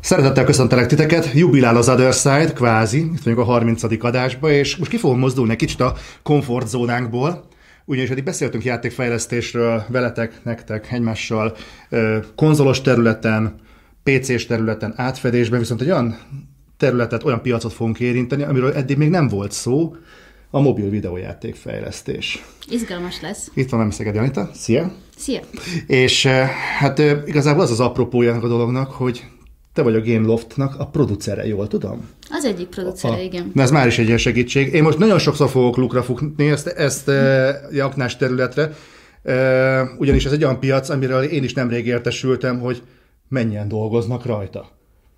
Szeretettel köszöntelek titeket, jubilál az Other Side, kvázi, itt vagyunk a 30. adásba, és most ki fogom mozdulni egy kicsit a komfortzónánkból, ugyanis eddig beszéltünk játékfejlesztésről veletek, nektek, egymással, konzolos területen, PC-s területen, átfedésben, viszont egy olyan területet, olyan piacot fogunk érinteni, amiről eddig még nem volt szó, a mobil videójátékfejlesztés. Izgalmas lesz. Itt van velem Szegedi Anita. Szia! Szia! És hát igazából az az apropója a dolognak, hogy te vagy a Gameloftnak a producere, jól tudom? Az egyik producere, igen. Na ez már is egy ilyen segítség. Én most nagyon sokszor fogok lukra futni ezt aknás területre, ugyanis ez egy olyan piac, amiről én is nemrég értesültem, hogy mennyien dolgoznak rajta.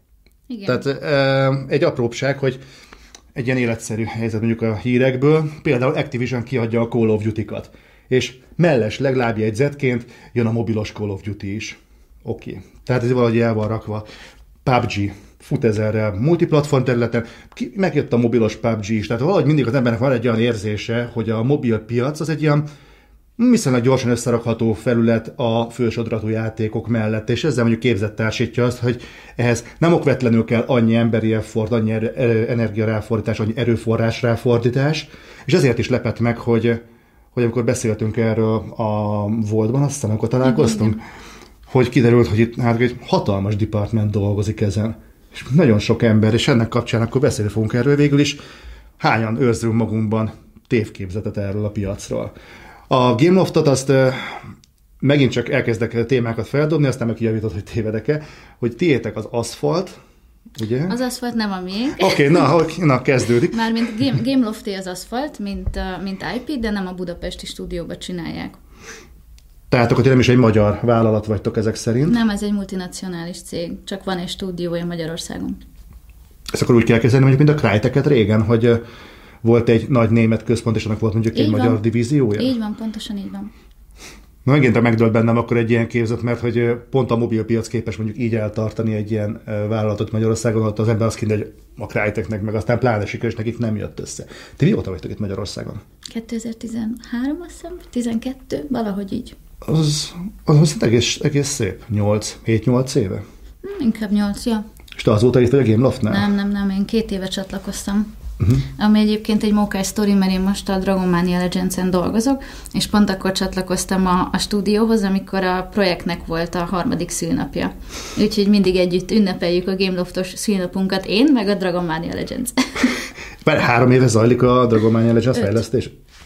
Igen. Tehát egy apróbbság, hogy egy ilyen életszerű helyzet mondjuk a hírekből, például Activision kiadja a Call of Duty-kat, és mellesleg lábjegyzetként jön a mobilos Call of Duty is. Oké. Tehát ez valahogy el van rakva. PUBG fut ezerrel multiplatform területen, megjött a mobilos PUBG is, tehát valahogy mindig az embernek van egy olyan érzése, hogy a mobil piac az egy ilyen viszonylag gyorsan összerakható felület a fősodratú játékok mellett, és ezzel mondjuk képzettársítja azt, hogy ehhez nem okvetlenül kell annyi emberi effort, annyi energia ráfordítás, annyi erőforrás ráfordítás, és ezért is lepett meg, hogy amikor beszéltünk erről a Voltban, azt hiszem, amikor találkoztunk, hogy kiderült, hogy itt egy hatalmas department dolgozik ezen, és nagyon sok ember, és ennek kapcsán akkor beszélni fogunk erről végül is, hányan őrzünk magunkban tévképzetet erről a piacról. A Gameloftot azt megint csak elkezdek témákat feldobni, aztán meg kijavított, hogy tévedek-e, hogy tiétek az Aszfalt, ugye? Az Aszfalt nem a miénk. Oké, na kezdődik. Mármint Gamelofté az Aszfalt, mint IP, de nem a budapesti stúdióban csinálják. Tehát akkor nem is egy magyar vállalat vagytok ezek szerint? Nem, ez egy multinacionális cég, csak van egy stúdiója Magyarországon. Ezt akkor úgy kell kezdeni, mondjuk, mint a Crytek-et régen, hogy volt egy nagy német központ, és annak volt mondjuk egy magyar divíziója? Így van, pontosan így van. Na megint megdölt bennem akkor egy ilyen képzet, mert hogy pont a mobilpiac képes mondjuk így eltartani egy ilyen vállalatot Magyarországon, ott az ember azt hinné, hogy a Cryteknek, meg aztán pláne sikeres, nekik nem jött össze. Ti mióta vagytok itt Magyarországon? 2013, azt hiszem, 12, valahogy így. Az egész szép. 7-8 éve? Inkább 8, ja. És te azóta itt vagy a Gameloftnál? Nem, én 2 éve csatlakoztam. Ami egyébként egy mókás sztori, mert én most a Dragon Mania Legends-en dolgozok, és pont akkor csatlakoztam a stúdióhoz, amikor a projektnek volt a 3. szülnapja. Úgyhogy mindig együtt ünnepeljük a Gameloftos szülnapunkat, én meg a Dragon Mania Legends. Bár 3 éve zajlik a Dragon Mania Legends fejlesztés?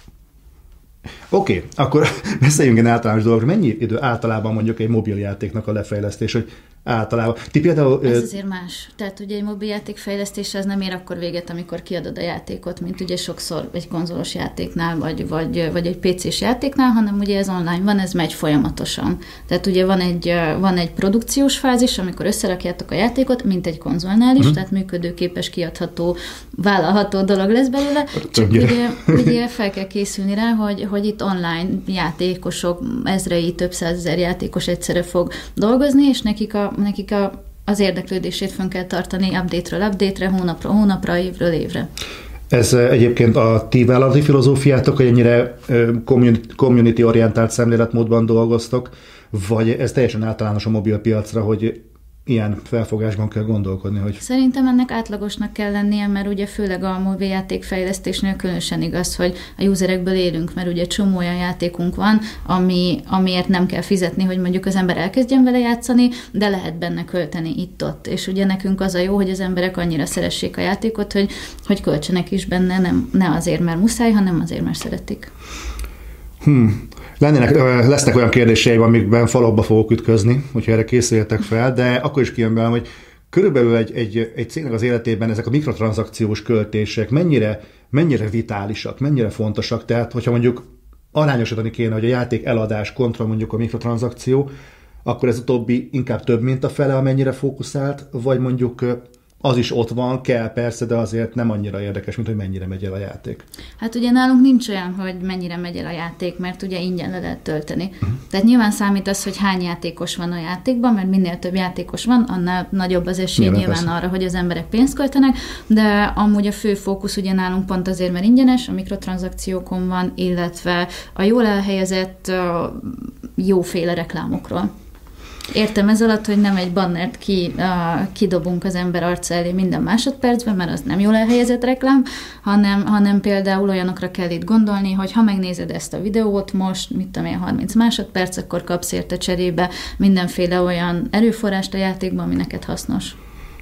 Oké, akkor beszéljünk egy általános dolgokról. Mennyi idő általában mondjuk egy mobiljátéknak a lefejlesztés, hogy általában... Ti például... Ez azért más. Tehát ugye egy mobiljáték fejlesztése az nem ér akkor véget, amikor kiadod a játékot, mint ugye sokszor egy konzolos játéknál, vagy egy PC-s játéknál, hanem ugye ez online van, ez megy folyamatosan. Tehát ugye van egy produkciós fázis, amikor összerakjátok a játékot, mint egy konzolnál is, tehát működőképes, kiadható, vállalható dolog lesz belőle, csak ugye fel kell készülni rá, hogy itt online játékosok, ezrei, több százezer játékos egyszerre fog dolgozni, és nekik az érdeklődését fönn kell tartani update-ről update-re, hónapról hónapra, évről évre. Ez egyébként a ti vállalati filozófiátok, hogy ennyire community-orientált szemléletmódban dolgoztok, vagy ez teljesen általános a mobilpiacra, hogy ilyen felfogásban kell gondolkodni, hogy... Szerintem ennek átlagosnak kell lennie, mert ugye főleg a mobiljáték fejlesztésnél különösen igaz, hogy a userekből élünk, mert ugye csomó olyan játékunk van, amiért nem kell fizetni, hogy mondjuk az ember elkezdjen vele játszani, de lehet benne költeni itt-ott. És ugye nekünk az a jó, hogy az emberek annyira szeressék a játékot, hogy költsenek is benne, ne azért, mert muszáj, hanem azért, mert szeretik. Lesznek olyan kérdéseim, amikben falokba fogok ütközni, hogyha erre készüljetek fel, de akkor is kijön belőlem, hogy körülbelül egy cégnek az életében ezek a mikrotranszakciós költések mennyire vitálisak, mennyire fontosak, tehát hogyha mondjuk arányosítani kéne, hogy a játék eladás kontra mondjuk a mikrotranszakció, akkor ez utóbbi inkább több, mint a fele, amennyire fókuszált, vagy mondjuk az is ott van, kell persze, de azért nem annyira érdekes, mint hogy mennyire megy el a játék. Hát ugye nálunk nincs olyan, hogy mennyire megy el a játék, mert ugye ingyen le lehet tölteni. Tehát nyilván számít az, hogy hány játékos van a játékban, mert minél több játékos van, annál nagyobb az esély nyilván arra, hogy az emberek pénzt költenek, de amúgy a fő fókusz ugye nálunk pont azért, mert ingyenes, a mikrotranszakciókon van, illetve a jól elhelyezett jóféle reklámokról. Értem ez alatt, hogy nem egy bannert kidobunk az ember arca elé minden másodpercben, mert az nem jól elhelyezett reklám, hanem például olyanokra kell itt gondolni, hogy ha megnézed ezt a videót most, mit tudom én, 30 másodperc, akkor kapsz érte cserébe mindenféle olyan erőforrást a játékban, ami neked hasznos.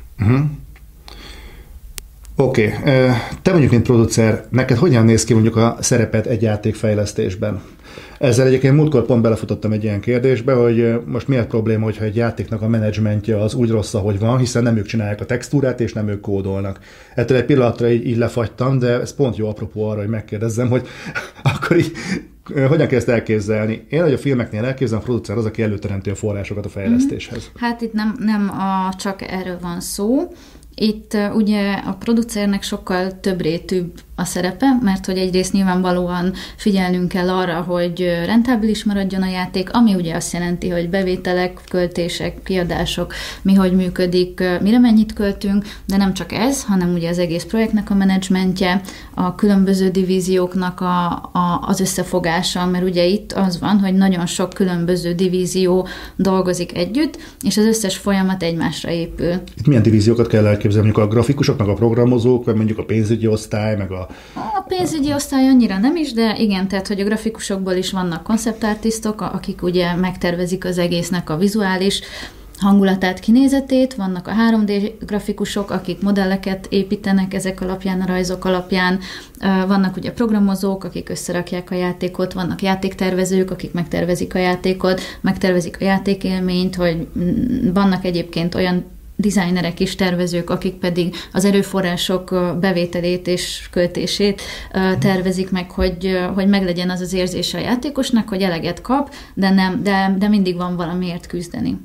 Oké. Te mondjuk, mint producer, neked hogyan néz ki mondjuk a szerepet egy játékfejlesztésben? Ezzel egyébként múltkor pont belefutottam egy ilyen kérdésbe, hogy most miért probléma, hogyha egy játéknak a menedzsmentje az úgy rossz, ahogy van, hiszen nem ők csinálják a textúrát, és nem ők kódolnak. Ettől egy pillanatra így lefagytam, de ez pont jó apropó arra, hogy megkérdezzem, hogy akkor így hogyan kell ezt elképzelni? Én, hogy a filmeknél elképzelem, a producer az, aki előteremti a forrásokat a fejlesztéshez. Hát itt nem csak erről van szó. Itt ugye a producernek sokkal több rétűbb a szerepe, mert hogy egyrészt nyilvánvalóan figyelnünk kell arra, hogy rentábilis maradjon a játék, ami ugye azt jelenti, hogy bevételek, költések, kiadások, mi hogy működik, mire mennyit költünk, de nem csak ez, hanem ugye az egész projektnek a menedzsmentje, a különböző divízióknak az összefogása, mert ugye itt az van, hogy nagyon sok különböző divízió dolgozik együtt, és az összes folyamat egymásra épül. Itt milyen divíziókat kell elképzelni? Mondjuk a grafikusok, meg a programozók, vagy mondjuk a pénzügyi osztály, meg a pénzügyi osztály annyira nem is, de igen, tehát, hogy a grafikusokból is vannak konceptartistok, akik ugye megtervezik az egésznek a vizuális hangulatát, kinézetét, vannak a 3D grafikusok, akik modelleket építenek ezek alapján, a rajzok alapján, vannak ugye programozók, akik összerakják a játékot, vannak játéktervezők, akik megtervezik a játékot, megtervezik a játékélményt, hogy vannak egyébként olyan designerek is, tervezők, akik pedig az erőforrások bevételét és költését tervezik meg, hogy meglegyen az az érzése a játékosnak, hogy eleget kap, de mindig van valamiért küzdeni.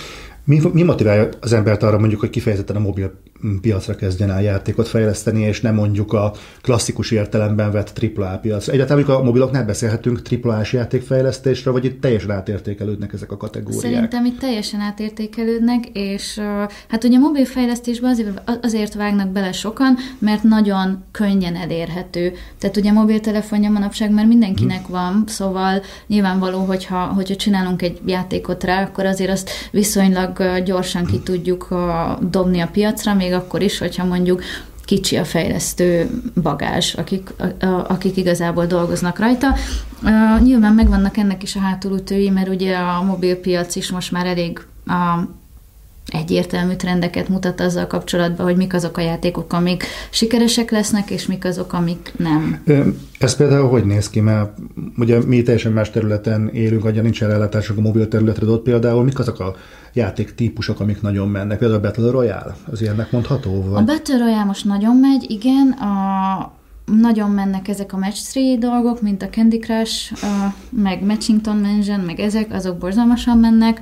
Mi motiválja az embert arra mondjuk, hogy kifejezetten a mobil piacra kezdjen el játékot fejleszteni, és nem mondjuk a klasszikus értelemben vett AAA piacra? Egyáltalán a mobiloknál beszélhetünk AAA-s játékfejlesztésről, vagy itt teljesen átértékelődnek ezek a kategóriák? Szerintem itt teljesen átértékelődnek, és hát ugye a mobilfejlesztésben azért vágnak bele sokan, mert nagyon könnyen elérhető. Tehát ugye a mobiltelefonja manapság már mindenkinek van, szóval nyilvánvaló, hogyha csinálunk egy játékot rá, akkor azért azt viszonylag gyorsan ki tudjuk dobni a piacra, még akkor is, hogyha mondjuk kicsi a fejlesztő bagázs, akik igazából dolgoznak rajta. Nyilván megvannak ennek is a hátulütői, mert ugye a mobilpiac is most már elég egyértelmű trendeket mutat azzal kapcsolatban, hogy mik azok a játékok, amik sikeresek lesznek, és mik azok, amik nem. Ez például hogy néz ki? Mert ugye mi teljesen más területen élünk, ugye nincsen rálátásunk a mobil területre, de ott például mik azok a játéktípusok, amik nagyon mennek? Például a Battle Royale, az ilyennek mondható? Vagy? A Battle Royale most nagyon megy, igen, nagyon mennek ezek a match 3 dolgok, mint a Candy Crush, meg Matchington Mansion, meg ezek, azok borzalmasan mennek.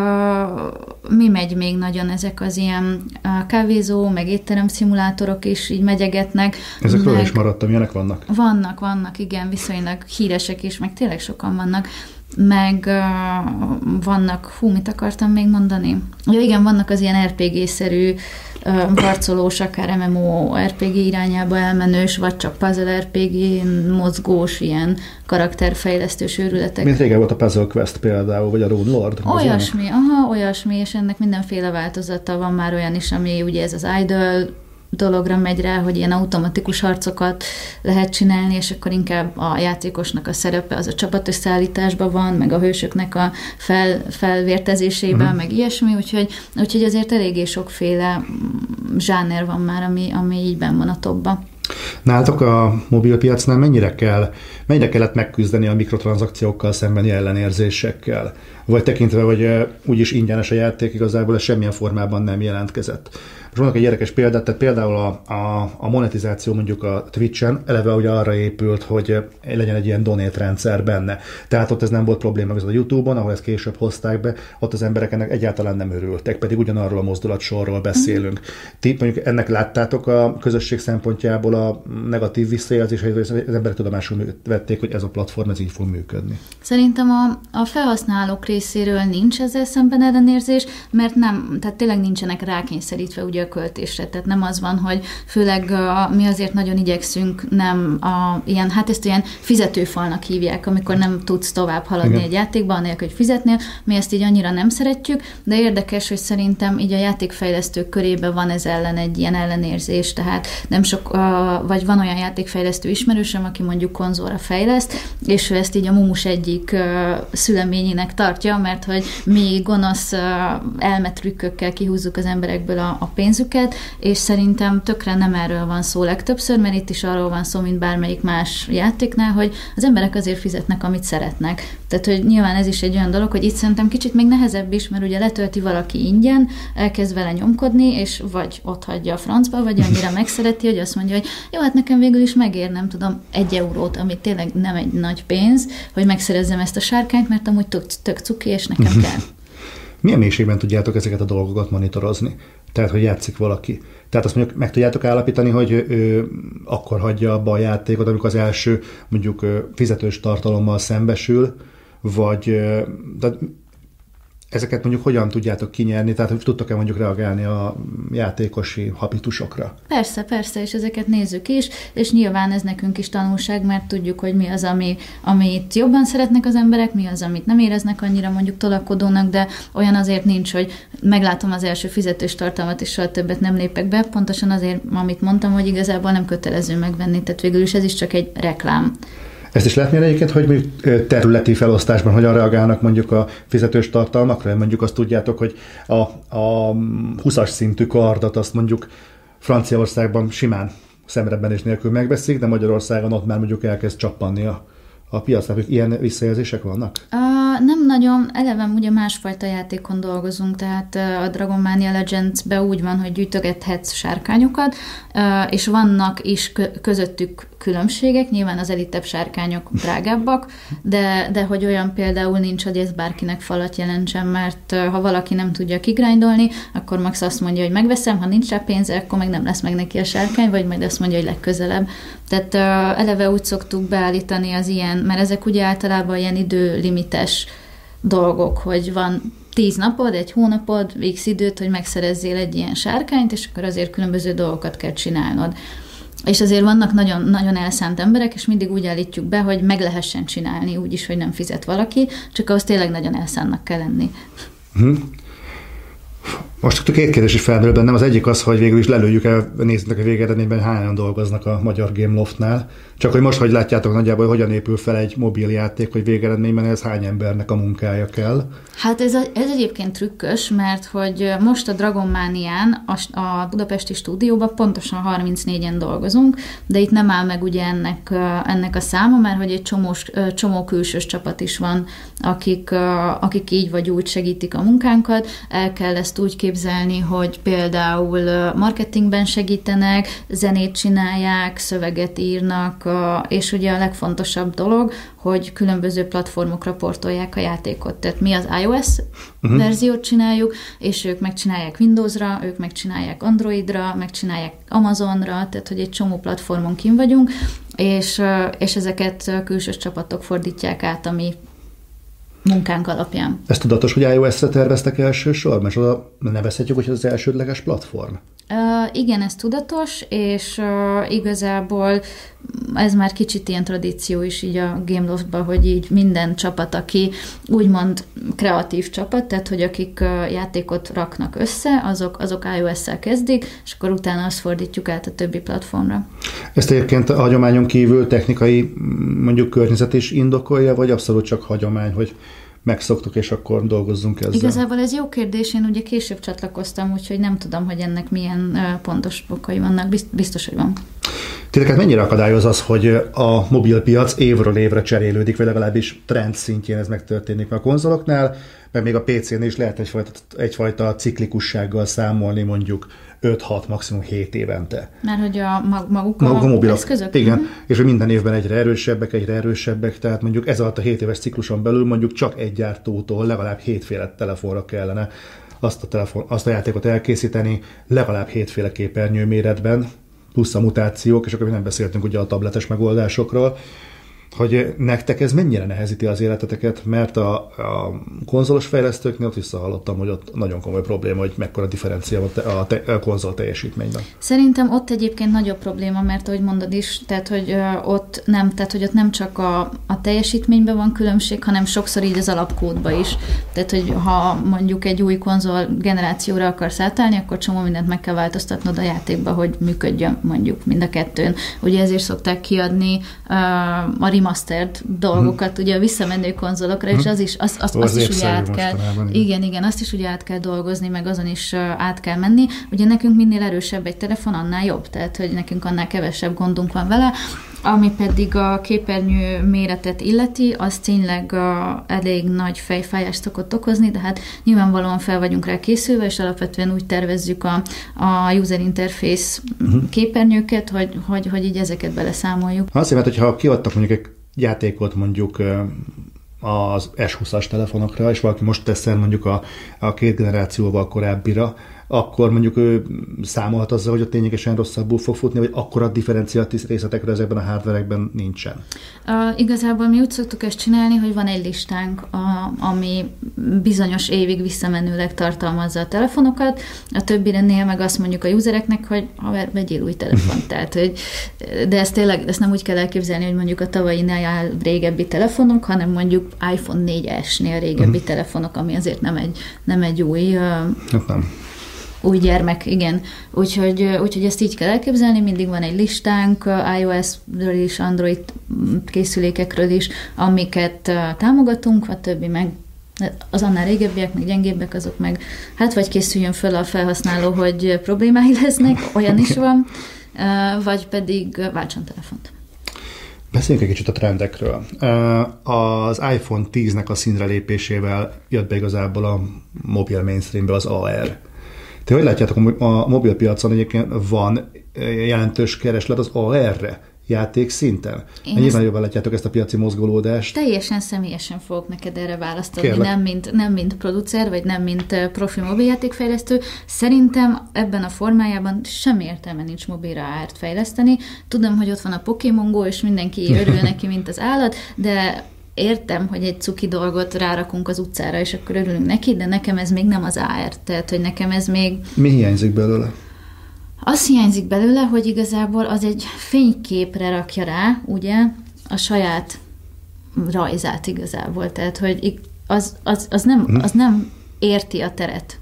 Mi megy még nagyon? Ezek az ilyen kávézó, meg étterem szimulátorok is így megyegetnek. Ezekről is maradtam, ilyenek vannak? Vannak, igen, viszonylag híresek is, meg tényleg sokan vannak. Meg vannak, mit akartam még mondani? Ja, igen, vannak az ilyen RPG-szerű harcolós, akár MMO-RPG irányába elmenős, vagy csak puzzle RPG, mozgós, ilyen karakterfejlesztős őrületek. Mint régen volt a Puzzle Quest például, vagy a Rune Lord. Olyasmi, és ennek mindenféle változata van már olyan is, ami ugye ez az idle dologra megy rá, hogy ilyen automatikus harcokat lehet csinálni, és akkor inkább a játékosnak a szerepe az a csapatösszeállításban van, meg a hősöknek a felvértezésében, meg ilyesmi, úgyhogy azért eléggé sokféle zsáner van már, ami így benn van a topba. Nálatok a mobilpiacnál mennyire kellett megküzdeni a mikrotranszakciókkal szembeni ellenérzésekkel? Vagy tekintve, hogy úgyis ingyenes a játék, igazából ez semmilyen formában nem jelentkezett. Most mondok egy érdekes példát, tehát például a monetizáció mondjuk a Twitch-en eleve ugye arra épült, hogy legyen egy ilyen donate rendszer benne. Tehát ott ez nem volt probléma, az a YouTube-on, ahol ezt később hozták be, ott az emberek ennek egyáltalán nem örültek, pedig ugyanarról a mozdulatsorról beszélünk. Ti mondjuk ennek láttátok a közösség szempontjából a negatív visszajelzés, hogy az emberek tudomásul vették, hogy ez a platform ez így fog működni? Szerintem a felhasználók részéről nincs ezzel szemben ellenérzés, mert nem, tehát tényleg nincsenek rákényszerítve ugye időköltésre. Tehát nem az van, hogy főleg mi azért nagyon igyekszünk, nem ezt ilyen fizetőfalnak hívják, amikor nem tudsz tovább haladni egy játékban, anélkül, hogy fizetnél. Mi ezt így annyira nem szeretjük, de érdekes, hogy szerintem így a játékfejlesztők körében van ez ellen egy ilyen ellenérzés, tehát nem sok, vagy van olyan játékfejlesztő ismerősöm, aki mondjuk konzolra fejleszt, és ő ezt így a mumus egyik szüleményének tartja, mert hogy mi gonosz elmetrükkökkel kihúzzuk az emberekből a pénzüket, és szerintem tökre nem erről van szó legtöbbször, mert itt is arról van szó, mint bármelyik más játéknál, hogy az emberek azért fizetnek, amit szeretnek. Tehát, hogy nyilván ez is egy olyan dolog, hogy itt szerintem kicsit még nehezebb is, mert ugye letölti valaki ingyen, elkezd vele nyomkodni, és vagy ott hagyja a francba, vagy annyira megszereti, hogy azt mondja, hogy jó, hát nekem végül is megér, nem tudom, 1 eurót, ami tényleg nem egy nagy pénz, hogy megszerezzem ezt a sárkányt, mert amúgy tök cuki, és nekem kell. Milyen mélységben tudjátok ezeket a dolgokat monitorozni? Tehát, hogy játszik valaki. Tehát azt mondjuk meg tudjátok állapítani, hogy ő akkor hagyja abba a játékot, amikor az első mondjuk fizetős tartalommal szembesül, vagy ezeket mondjuk hogyan tudjátok kinyerni, tehát hogy tudtok-e mondjuk reagálni a játékosi habitusokra? Persze, és ezeket nézzük is, és nyilván ez nekünk is tanulság, mert tudjuk, hogy mi az, amit jobban szeretnek az emberek, mi az, amit nem éreznek annyira mondjuk tolakodónak, de olyan azért nincs, hogy meglátom az első fizetős tartalmat, és soha többet nem lépek be, pontosan azért, amit mondtam, hogy igazából nem kötelező megvenni, tehát végül is ez is csak egy reklám. Ezt is lehet mérni egyébként, hogy területi felosztásban hogyan reagálnak mondjuk a fizetős tartalmakra? Mondjuk azt tudjátok, hogy a 20-as szintű kardot azt mondjuk Franciaországban simán szemrebbenés nélkül megveszik, de Magyarországon ott már mondjuk elkezd csappanni a piac. Tehát ilyen visszajelzések vannak? Nem nagyon, eleve ugye másfajta játékon dolgozunk, tehát a Dragon Mania Legends-be úgy van, hogy gyűjtögethetsz sárkányokat, és vannak is közöttük különbségek, nyilván az elitebb sárkányok drágábbak, de hogy olyan például nincs, hogy ez bárkinek falat jelentsen, mert ha valaki nem tudja kigrindolni, akkor max azt mondja, hogy megveszem, ha nincs rá pénze, akkor meg nem lesz meg neki a sárkány, vagy majd azt mondja, hogy legközelebb. Tehát eleve úgy szoktuk beállítani az ilyen, mert ezek ugye általában ilyen időlimites dolgok, hogy van 10 napod, 1 hónapod, x időt, hogy megszerezzél egy ilyen sárkányt, és akkor azért különböző dolgokat kell csinálnod. És azért vannak nagyon, nagyon elszánt emberek, és mindig úgy állítjuk be, hogy meg lehessen csinálni úgy is, hogy nem fizet valaki, csak ahhoz tényleg nagyon elszánnak kell lenni. Most 2 kérdés is felmerül bennem. Az egyik az, hogy végül is lelőjük el, nézzük a végeredményben, hányan dolgoznak a magyar Gameloftnál. Csak hogy most, hogy látjátok nagyjából, hogy hogyan épül fel egy mobiljáték, hogy végeredményben ez hány embernek a munkája kell. Hát ez egyébként trükkös, mert hogy most a Dragon Manián, a budapesti stúdióban pontosan 34-en dolgozunk, de itt nem áll meg ugye ennek a száma, mert hogy egy csomó külsős csapat is van, akik így vagy úgy segítik a munkánkat. El kell ezt úgy képzelni, hogy például marketingben segítenek, zenét csinálják, szöveget írnak, és ugye a legfontosabb dolog, hogy különböző platformokra portolják a játékot. Tehát mi az iOS verziót csináljuk, és ők megcsinálják Windowsra, ők megcsinálják Androidra, megcsinálják Amazonra, tehát hogy egy csomó platformon kint vagyunk, és ezeket külsős csapatok fordítják át a mi munkánk alapján. Ez tudatos, hogy iOS-re terveztek elsősorban, és oda nevezhetjük, hogy ez az elsődleges platform? Igen, ez tudatos, és igazából ez már kicsit ilyen tradíció is így a Gameloftban, hogy így minden csapat, aki úgymond kreatív csapat, tehát hogy akik játékot raknak össze, azok iOS-szel kezdik, és akkor utána azt fordítjuk át a többi platformra. Ezt egyébként a hagyományon kívül technikai mondjuk környezet is indokolja, vagy abszolút csak hagyomány, hogy megszoktuk, és akkor dolgozzunk ezzel? Igazából ez jó kérdés, én ugye később csatlakoztam, úgyhogy nem tudom, hogy ennek milyen pontos okai vannak. Biztos, hogy van. Titeket mennyire akadályoz az, hogy a mobilpiac évről évre cserélődik, vagy legalábbis trend szintjén ez megtörténik a konzoloknál, mert még a PC-nél is lehet egyfajta ciklikussággal számolni, mondjuk 5-6, maximum 7 évente. Mert hogy maguk a mobilok, eszközök? Igen, és hogy minden évben egyre erősebbek, tehát mondjuk ez alatt a 7 éves cikluson belül mondjuk csak egy gyártótól legalább 7 féle telefonra kellene azt a játékot elkészíteni, legalább 7 féle képernyő méretben, plusz a mutációk, és akkor nem beszéltünk ugye a tabletes megoldásokról. hogy nektek ez mennyire nehezíti az életeteket, mert a konzolos fejlesztőknél ott visszahallottam, hogy ott nagyon komoly probléma, hogy mekkora differencia van a konzol teljesítményben. Szerintem ott egyébként nagyobb probléma, mert ahogy mondod is, tehát hogy ott nem csak a teljesítményben van különbség, hanem sokszor így az alapkódba is. Tehát, hogy ha mondjuk egy új konzol generációra akarsz átállni, akkor csomó mindent meg kell változtatnod a játékba, hogy működjön mondjuk mind a kettőn. Ugye ezért szokták kiadni a remastered dolgokat, ugye a visszamenő konzolokra, és azt is ugye át kell. Igen, azt is ugye át kell dolgozni, meg azon is át kell menni. Ugye nekünk minél erősebb egy telefon, annál jobb, tehát hogy nekünk annál kevesebb gondunk van vele. Ami pedig a képernyő méretet illeti, az tényleg elég nagy fejfájást szokott okozni, de hát nyilvánvalóan fel vagyunk rá készülve, és alapvetően úgy tervezzük a user interface képernyőket, hogy így ezeket beleszámoljuk. Azt jelenti, hogyha kiadtak mondjuk egy játékot mondjuk az S20-as telefonokra, és valaki most teszel mondjuk a két generációval korábbira, akkor mondjuk ő számolhat azzal, hogy ott ténylegesen rosszabbul fog futni, vagy akkora differenciális részletekre ezekben a hardverekben nincsen? Igazából mi úgy szoktuk ezt csinálni, hogy van egy listánk, ami bizonyos évig visszamenőleg tartalmazza a telefonokat, a többirenél meg azt mondjuk a usereknek, hogy haver, vegyél új telefont. Tehát, de ezt nem úgy kell elképzelni, hogy mondjuk a tavalyinál régebbi telefonok, hanem mondjuk iPhone 4S-nél régebbi telefonok, ami azért nem egy új... Nem. Új gyermek, igen. Úgyhogy ezt így kell elképzelni, mindig van egy listánk, iOS-ről is, Android készülékekről is, amiket támogatunk, a többi meg az annál régebbiek, meg gyengébbek, azok meg hát vagy készüljön föl a felhasználó, hogy problémái lesznek, olyan is van, vagy pedig váltson telefont. Beszéljünk egy kicsit a trendekről. Az iPhone 10-nek a színre lépésével jött be igazából a mobil mainstreamből az AR. Te hogy látjátok, a mobilpiacon egyébként van jelentős kereslet az AR-re játék szinten? Nyilván jobban látjátok ezt a piaci mozgolódást. Teljesen személyesen fogok neked erre választani, nem mint producer, vagy nem mint profi mobiljátékfejlesztő. Szerintem ebben a formájában semmi értelme nincs mobilra AR-t fejleszteni. Tudom, hogy ott van a Pokémon Go, és mindenki örül neki, mint az állat, de értem, hogy egy cuki dolgot rárakunk az utcára, és akkor örülünk neki, de nekem ez még nem az AR, tehát, hogy nekem ez még... Mi hiányzik belőle? Az hiányzik belőle, hogy igazából az egy fényképre rakja rá, ugye, a saját rajzát igazából, tehát, hogy az nem érti a teret.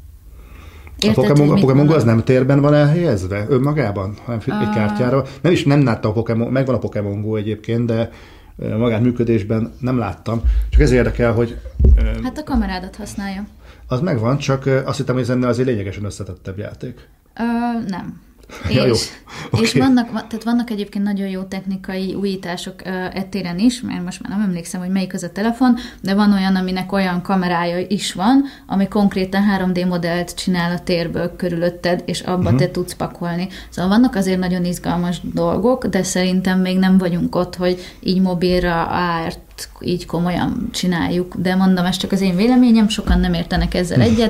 Érted, a Pokémon Go az nem térben van elhelyezve önmagában, hanem egy kártyára. Nem láttam a Pokémon, megvan a Pokémon Go egyébként, de magánműködésben nem láttam. Csak ez érdekel, hogy... Hát a kamerádat használja. Az megvan, csak azt hittem, hogy ez ennél azért lényegesen összetettebb játék. Nem. Ja, És vannak egyébként nagyon jó technikai újítások ettéren is, mert most már nem emlékszem, hogy melyik az a telefon, de van olyan, aminek olyan kamerája is van, ami konkrétan 3D modellt csinál a térből körülötted, és abba te tudsz pakolni. Szóval vannak azért nagyon izgalmas dolgok, de szerintem még nem vagyunk ott, hogy így mobilra AR-t így komolyan csináljuk, de mondom, ez csak az én véleményem, sokan nem értenek ezzel egyet.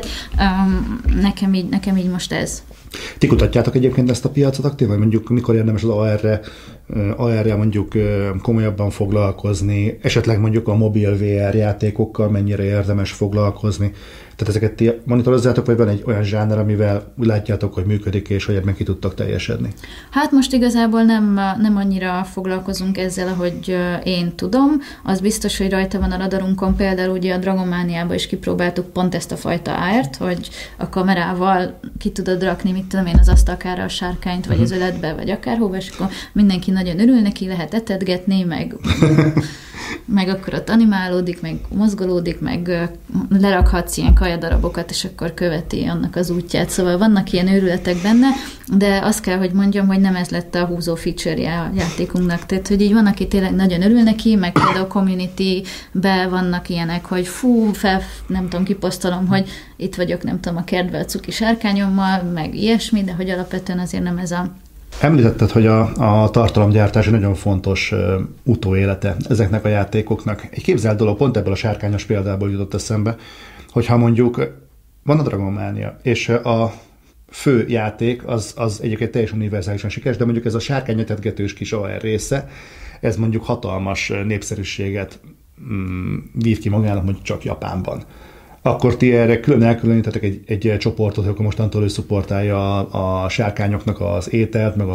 Nekem így most ez. Ti kutatjátok egyébként ezt a piacot aktív, vagy mondjuk mikor érdemes az AR-rel mondjuk komolyabban foglalkozni, esetleg mondjuk a mobil VR játékokkal mennyire érdemes foglalkozni. Tehát ezeket ti monitorozzátok, vagy van egy olyan zsáner, amivel úgy látjátok, hogy működik, és hogy ebben ki tudtak teljesedni? Hát most igazából nem annyira foglalkozunk ezzel, ahogy én tudom. Az biztos, hogy rajta van a radarunkon, például ugye a Dragon Mániában is kipróbáltuk pont ezt a fajta AR-t, hogy a kamerával ki tudod rakni, mit tudom én, az asztalkára a sárkányt, vagy az öletbe, vagy akárhova, és akkor mindenki nagyon örül neki, lehet etetgetni, meg akkor ott animálódik, meg mozgolódik, meg lerakhatsz ilyen kajadarabokat, és akkor követi annak az útját. Szóval vannak ilyen őrületek benne, de azt kell, hogy mondjam, hogy nem ez lett a húzó feature-je a játékunknak. Tehát, hogy így van, aki tényleg nagyon örül neki, meg például a community-be vannak ilyenek, hogy nem tudom, kiposztolom, hogy itt vagyok, nem tudom, a kertben a cuki sárkányommal, meg ilyesmi, de hogy alapvetően azért nem ez a... Említetted, hogy a tartalomgyártás egy nagyon fontos utóélete ezeknek a játékoknak. Egy képzelt dolog, pont ebből a sárkányos példából jutott eszembe, hogyha mondjuk van a Dragon Mania, és a fő játék az egyébként teljesen univerzálisan sikeres, de mondjuk ez a sárkányötetgetős kis AR része, ez mondjuk hatalmas népszerűséget vív ki magának mondjuk csak Japánban. Akkor ti erre külön elkülönítetek egy csoportot, akkor mostantól ő szupportálja a sárkányoknak az ételt, meg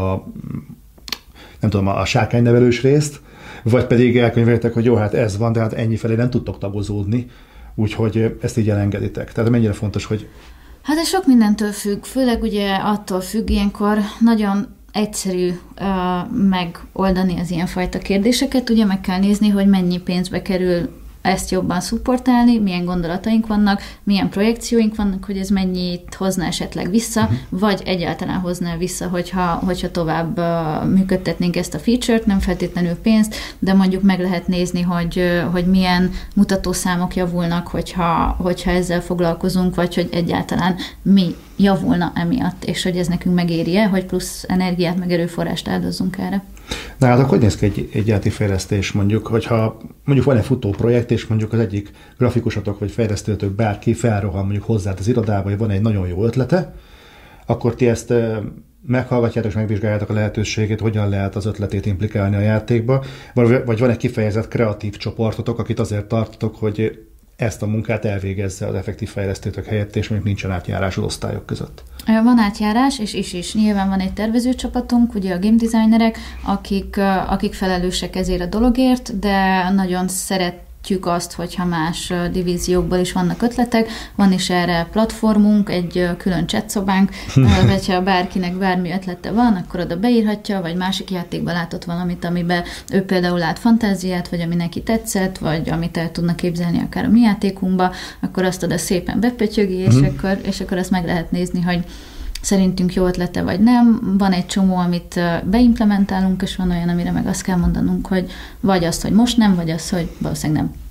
a sárkánynevelős részt, vagy pedig elkönyveltek, hogy jó, hát ez van, de hát ennyi felé nem tudtok tagozódni, úgyhogy ezt így elengeditek. Tehát mennyire fontos, hogy... Hát ez sok mindentől függ, főleg ugye attól függ, ilyenkor nagyon egyszerű megoldani az ilyenfajta kérdéseket, ugye meg kell nézni, hogy mennyi pénzbe kerül ezt jobban szupportálni, milyen gondolataink vannak, milyen projekcióink vannak, hogy ez mennyit hozna esetleg vissza, vagy egyáltalán hozna vissza, hogyha tovább működtetnénk ezt a feature-t, nem feltétlenül pénzt, de mondjuk meg lehet nézni, hogy milyen mutatószámok javulnak, hogyha ezzel foglalkozunk, vagy hogy egyáltalán mi javulna emiatt, és hogy ez nekünk megéri-e, hogy plusz energiát, meg erőforrást áldozzunk erre. Na hát akkor hogy néz ki egy játékfejlesztés mondjuk, hogyha mondjuk van egy futó projekt, és mondjuk az egyik grafikusotok vagy fejlesztőtök bárki felrohan mondjuk hozzád az irodába, vagy van egy nagyon jó ötlete, akkor ti ezt meghallgatjátok és megvizsgáljátok a lehetőségét, hogyan lehet az ötletét implikálni a játékba, vagy van egy kifejezett kreatív csoportotok, akit azért tartotok, hogy ezt a munkát elvégezze az effektív fejlesztőtök helyett, és mondjuk nincsen átjárás az osztályok között. Van átjárás, és is. Nyilván van egy tervezőcsapatunk, ugye a game designerek, akik felelősek ezért a dologért, de nagyon szeretjük azt, hogyha más divíziókból is vannak ötletek. Van is erre platformunk, egy külön chatszobánk, vagy ha bárkinek bármi ötlete van, akkor oda beírhatja, vagy másik játékban látott valamit, amiben ő például lát fantáziát, vagy ami neki tetszett, vagy amit el tudna képzelni akár a mi játékunkba, akkor azt oda szépen bepötyögi, és akkor azt meg lehet nézni, hogy szerintünk jó ötlete vagy nem. Van egy csomó, amit beimplementálunk, és van olyan, amire meg azt kell mondanunk, hogy vagy azt, hogy most nem, vagy azt, hogy valószínűleg nem.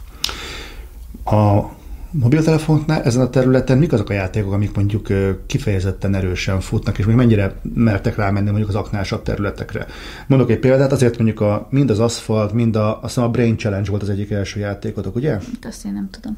A mobiltelefonoknál ezen a területen mik azok a játékok, amik mondjuk kifejezetten erősen futnak, és még mennyire mertek rámenni mondjuk az aknásabb területekre? Mondok egy példát, azért mondjuk mind az Asphalt, mind azt hiszem a Brain Challenge volt az egyik első játékotok, ugye? Azt én nem tudom.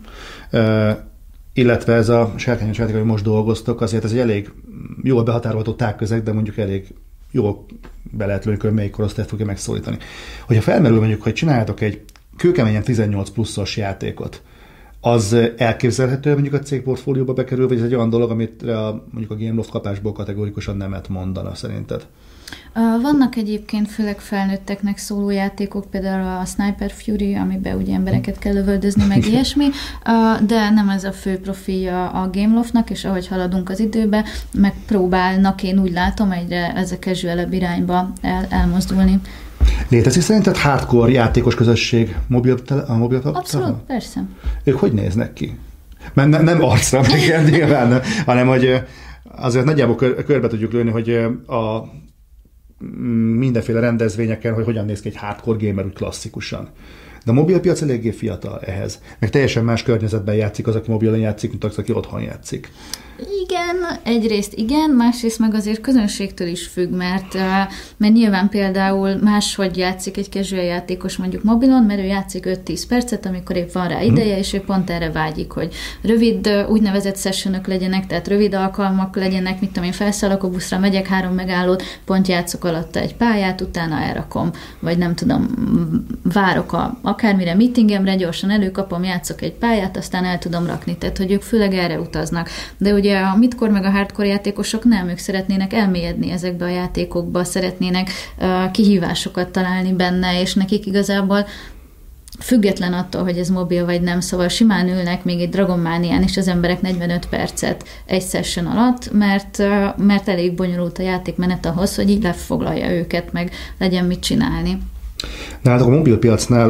Illetve ez a sárkányos játék, hogy most dolgoztok, azért ez egy elég jól behatárolható tágközeg, de mondjuk elég jól be lehet lőni, hogy melyik korosztályt fogja megszólítani. Hogyha felmerül mondjuk, hogy csináljátok egy kőkeményen 18 pluszos játékot, az elképzelhető mondjuk a cég portfólióba bekerül, vagy ez egy olyan dolog, amit mondjuk a Gameloft kapásból kategórikusan nemet mondana szerinted? Vannak egyébként főleg felnőtteknek szóló játékok, például a Sniper Fury, amiben ugye embereket kell lövöldözni, meg ilyesmi, de nem ez a fő profilja a Gameloftnak, és ahogy haladunk az időbe, megpróbálnak, én úgy látom, egyre ez a casual-ebb irányba elmozdulni. Létezik szerinted hardcore játékos közösség a mobiltelefonon? Abszolút, persze. Ők hogy néznek ki? Mert nem arcra, meg nyilván, nem, hanem hogy azért nagyjából körbe tudjuk lőni, hogy a mindenféle rendezvényeken, hogy hogyan néz ki egy hardcore gamer úgy klasszikusan. De a mobilpiac eléggé fiatal ehhez. Meg teljesen más környezetben játszik az, aki mobilon játszik, mint az, aki otthon játszik. Igen, egyrészt igen, másrészt meg azért közönségtől is függ, mert nyilván például máshogy játszik egy casual játékos mondjuk mobilon, mert ő játszik 5-10 percet, amikor épp van rá ideje, és ő pont erre vágyik, hogy rövid úgynevezett sessionök legyenek, tehát rövid alkalmak legyenek, mit tudom én, felszállok a buszra, megyek 3 megállót, pont játszok alatta egy pályát, utána elrakom, vagy nem tudom, várok akármire meetingemre, gyorsan előkapom, játszok egy pályát, aztán el tudom rakni, tehát hogy ők főleg erre utaznak. De ugye a midcore meg a hardcore játékosok nem, ők szeretnének elmélyedni ezekbe a játékokba, szeretnének kihívásokat találni benne, és nekik igazából független attól, hogy ez mobil vagy nem, szóval simán ülnek még egy Dragon Manián is az emberek 45 percet egy session alatt, mert elég bonyolult a játékmenet ahhoz, hogy így lefoglalja őket, meg legyen mit csinálni. Nálatok a mobilpiacnál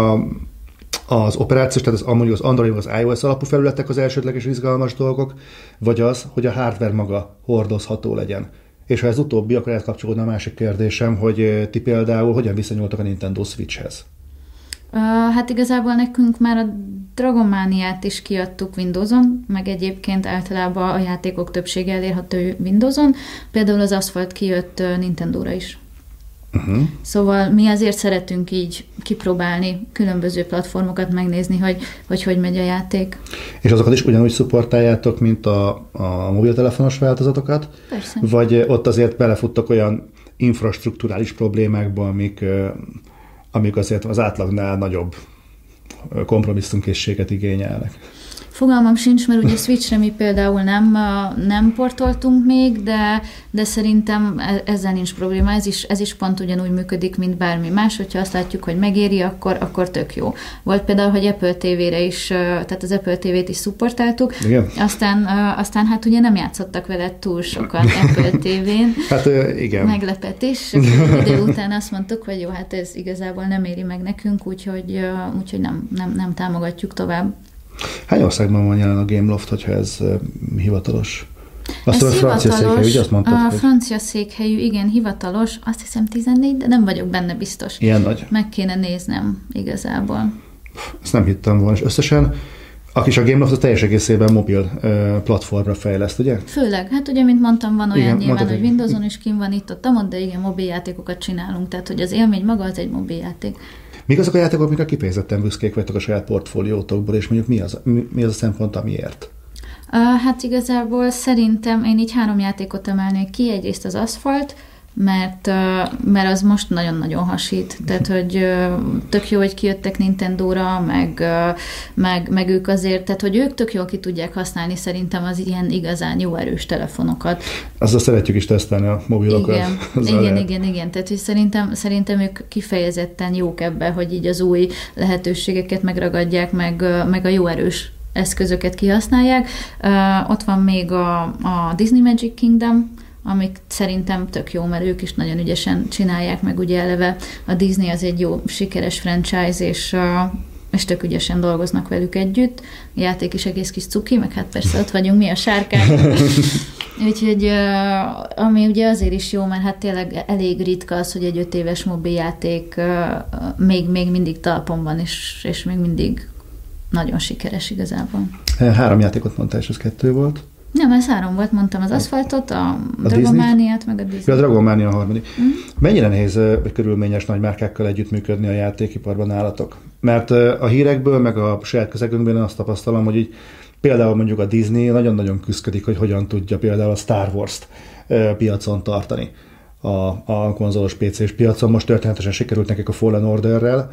az operációs, tehát az Android vagy az iOS alapú felületek az elsődleges izgalmas dolgok, vagy az, hogy a hardware maga hordozható legyen. És ha ez utóbbi, akkor lehet kapcsolódni a másik kérdésem, hogy ti például hogyan viszonyultak a Nintendo Switchhez? Hát igazából nekünk már a Dragon Maniát is kiadtuk Windowson, meg egyébként általában a játékok többsége elérhető Windowson, például az Asphalt kijött Nintendóra is. Szóval mi azért szeretünk így kipróbálni különböző platformokat, megnézni, hogy megy a játék. És azokat is ugyanúgy szupportáljátok, mint a mobiltelefonos változatokat? Persze. Vagy ott azért belefuttak olyan infrastrukturális problémákba, amik azért az átlagnál nagyobb kompromisszumkészséget igényelnek? Fogalmam sincs, mert ugye Switchre mi például nem portoltunk még, de szerintem ezzel nincs probléma. Ez is pont ugyanúgy működik, mint bármi más. Hogyha azt látjuk, hogy megéri, akkor tök jó. Volt például, hogy Apple TV-re is, tehát az Apple TV-t is szupportáltuk. Igen. Aztán hát ugye nem játszottak vele túl sokan Apple TV-n. Hát igen. Meglepetés. Idő után azt mondtuk, hogy jó, hát ez igazából nem éri meg nekünk, úgyhogy nem támogatjuk tovább. Hány országban van jelen a Gameloft, hogyha ez hivatalos? Azt ez a francia székhelyű, ugye azt mondtad? A francia székhelyű, igen, hivatalos, azt hiszem 14, de nem vagyok benne biztos. Ilyen nagy? Meg kéne néznem igazából. Ezt nem hittem volna, és összesen a Gameloft a teljes egészében mobil platformra fejleszt, ugye? Főleg, hát ugye, mint mondtam, van olyan igen, nyilván, hogy Windowson is kint van itt, ott, de igen, mobiljátékokat csinálunk, tehát hogy az élmény maga az egy mobiljáték. Mik azok a játékok, amikre kifejezetten büszkék vagytok a saját portfóliótokból, és mondjuk mi az a szempont, amiért? Hát igazából szerintem én így 3 játékot emelnék ki. Egyrészt az Asphalt, mert az most nagyon-nagyon hasít. Tehát, hogy tök jó, hogy kijöttek Nintendóra, meg ők azért, tehát, hogy ők tök jól ki tudják használni szerintem az ilyen igazán jó erős telefonokat. Azzal szeretjük is tesztelni a mobilokat. Igen. Tehát, hogy szerintem ők kifejezetten jók ebben, hogy így az új lehetőségeket megragadják, meg a jó erős eszközöket kihasználják. Ott van még a Disney Magic Kingdom, amik szerintem tök jó, mert ők is nagyon ügyesen csinálják, meg ugye eleve a Disney az egy jó, sikeres franchise, és tök ügyesen dolgoznak velük együtt. A játék is egész kis cuki, meg hát persze ott vagyunk mi a sárkány. Úgyhogy ami ugye azért is jó, mert hát tényleg elég ritka az, hogy egy 5 éves mobiljáték még mindig talpon van, és még mindig nagyon sikeres igazából. 3 játékot mondtál, és az 2 volt? Nem, ez 3 volt, mondtam az Asphalt-ot, a Dragomániát, meg a Disney. Ja, a Dragománia a harmadik. Mennyire nehéz vagy körülményes nagy márkákkal együttműködni a játékiparban nálatok? Mert a hírekből, meg a saját közegünkben azt tapasztalom, hogy így például mondjuk a Disney nagyon-nagyon küszködik, hogy hogyan tudja például a Star Wars-t piacon tartani a konzolos PC-s piacon. Most történetesen sikerült nekik a Fallen Orderrel,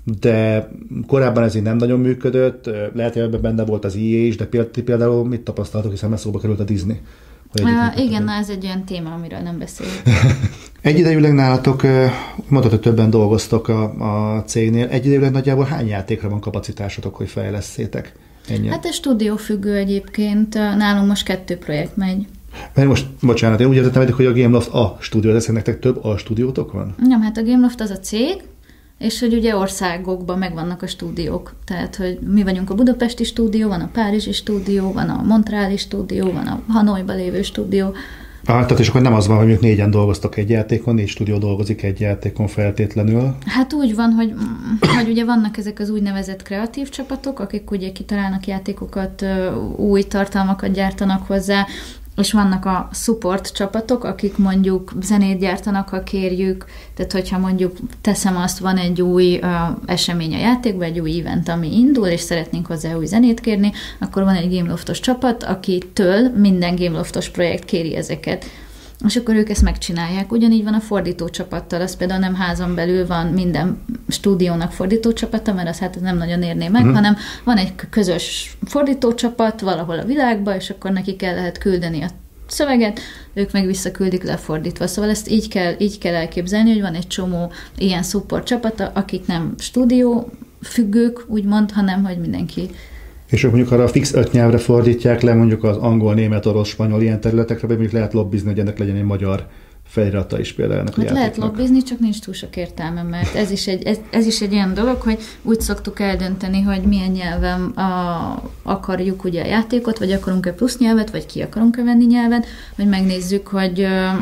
de korábban ez így nem nagyon működött, lehet, hogy ebben benne volt az EA is, de például mit tapasztaltok, hiszen szóba került a Disney? Igen, ez egy olyan téma, amiről nem beszélünk. Egyidejűleg nálatok, mondtad, hogy többen dolgoztok a cégnél, egyidejűleg nagyjából hány játékra van kapacitásotok, hogy fejlesszétek? Ennyi. Hát ez stúdiófüggő egyébként, nálunk most 2 projekt megy. Mert most, bocsánat, én úgy értettem, hogy a Gameloft a stúdió, de nektek több a stúdiótok van? Nem, hát a Gameloft az a cég, és hogy ugye országokban megvannak a stúdiók. Tehát, hogy mi vagyunk a budapesti stúdió, van a párizsi stúdió, van a montreali stúdió, van a Hanoiban lévő stúdió. Tehát és akkor nem az van, hogy mondjuk 4-en dolgoztok egy játékon, 4 stúdió dolgozik egy játékon feltétlenül? Hát úgy van, hogy ugye vannak ezek az úgynevezett kreatív csapatok, akik ugye kitalálnak játékokat, új tartalmakat gyártanak hozzá, és vannak a support csapatok, akik mondjuk zenét gyártanak, ha kérjük, tehát hogyha mondjuk teszem azt, van egy új esemény a játékban, egy új event, ami indul, és szeretnénk hozzá új zenét kérni, akkor van egy Gameloftos csapat, akitől minden Gameloftos projekt kéri ezeket. És akkor ők ezt megcsinálják. Ugyanígy van a fordító csapattal, az például nem házon belül van minden stúdiónak fordító csapata, mert az hát nem nagyon érné meg, hanem van egy közös fordító csapat valahol a világban, és akkor nekik el lehet küldeni a szöveget, ők meg visszaküldik lefordítva. Szóval ezt így kell elképzelni, hogy van egy csomó ilyen support csapata, akik nem stúdió függők, úgymond, hanem hogy mindenki. És ők mondjuk arra a fix 5 nyelvre fordítják le, mondjuk az angol, német, orosz, spanyol ilyen területekre, vagy mondjuk lehet lobbizni, hogy ennek legyen egy magyar felirata is például ennek a játéknak. Lehet lobbizni, csak nincs túl sok értelme, mert ez is egy olyan dolog, hogy úgy szoktuk eldönteni, hogy milyen nyelven akarjuk ugye a játékot, vagy akarunk-e plusz nyelvet, vagy ki akarunk-e venni nyelven, hogy megnézzük, hogy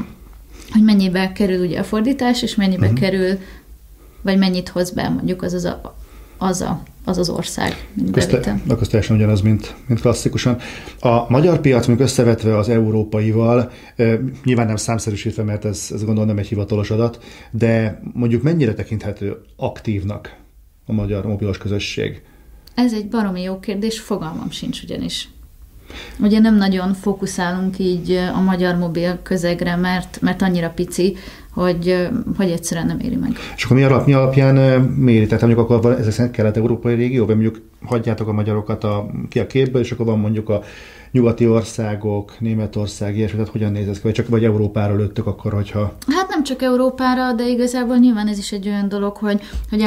mennyibe kerül ugye a fordítás, és mennyibe kerül, vagy mennyit hoz be mondjuk az a az az ország, mint bevitel. Akkor teljesen ugyanaz, mint klasszikusan. A magyar piac, mondjuk összevetve az európaival, nyilván nem számszerűsítve, mert ez gondolom nem egy hivatalos adat, de mondjuk mennyire tekinthető aktívnak a magyar mobilos közösség? Ez egy baromi jó kérdés, fogalmam sincs ugyanis. Ugye nem nagyon fókuszálunk így a magyar mobil közegre, mert annyira pici, hogy egyszerűen nem éri meg. És akkor mi alapján méri? Tehát mondjuk akkor ezek szerint kelet-európai régióban, mondjuk hagyjátok a magyarokat ki a képből, és akkor van mondjuk a nyugati országok, Németország, ilyesmi, tehát hogyan néz ez ki? Vagy Európára lőttök akkor, hogyha... Hát nem csak Európára, de igazából nyilván ez is egy olyan dolog, hogy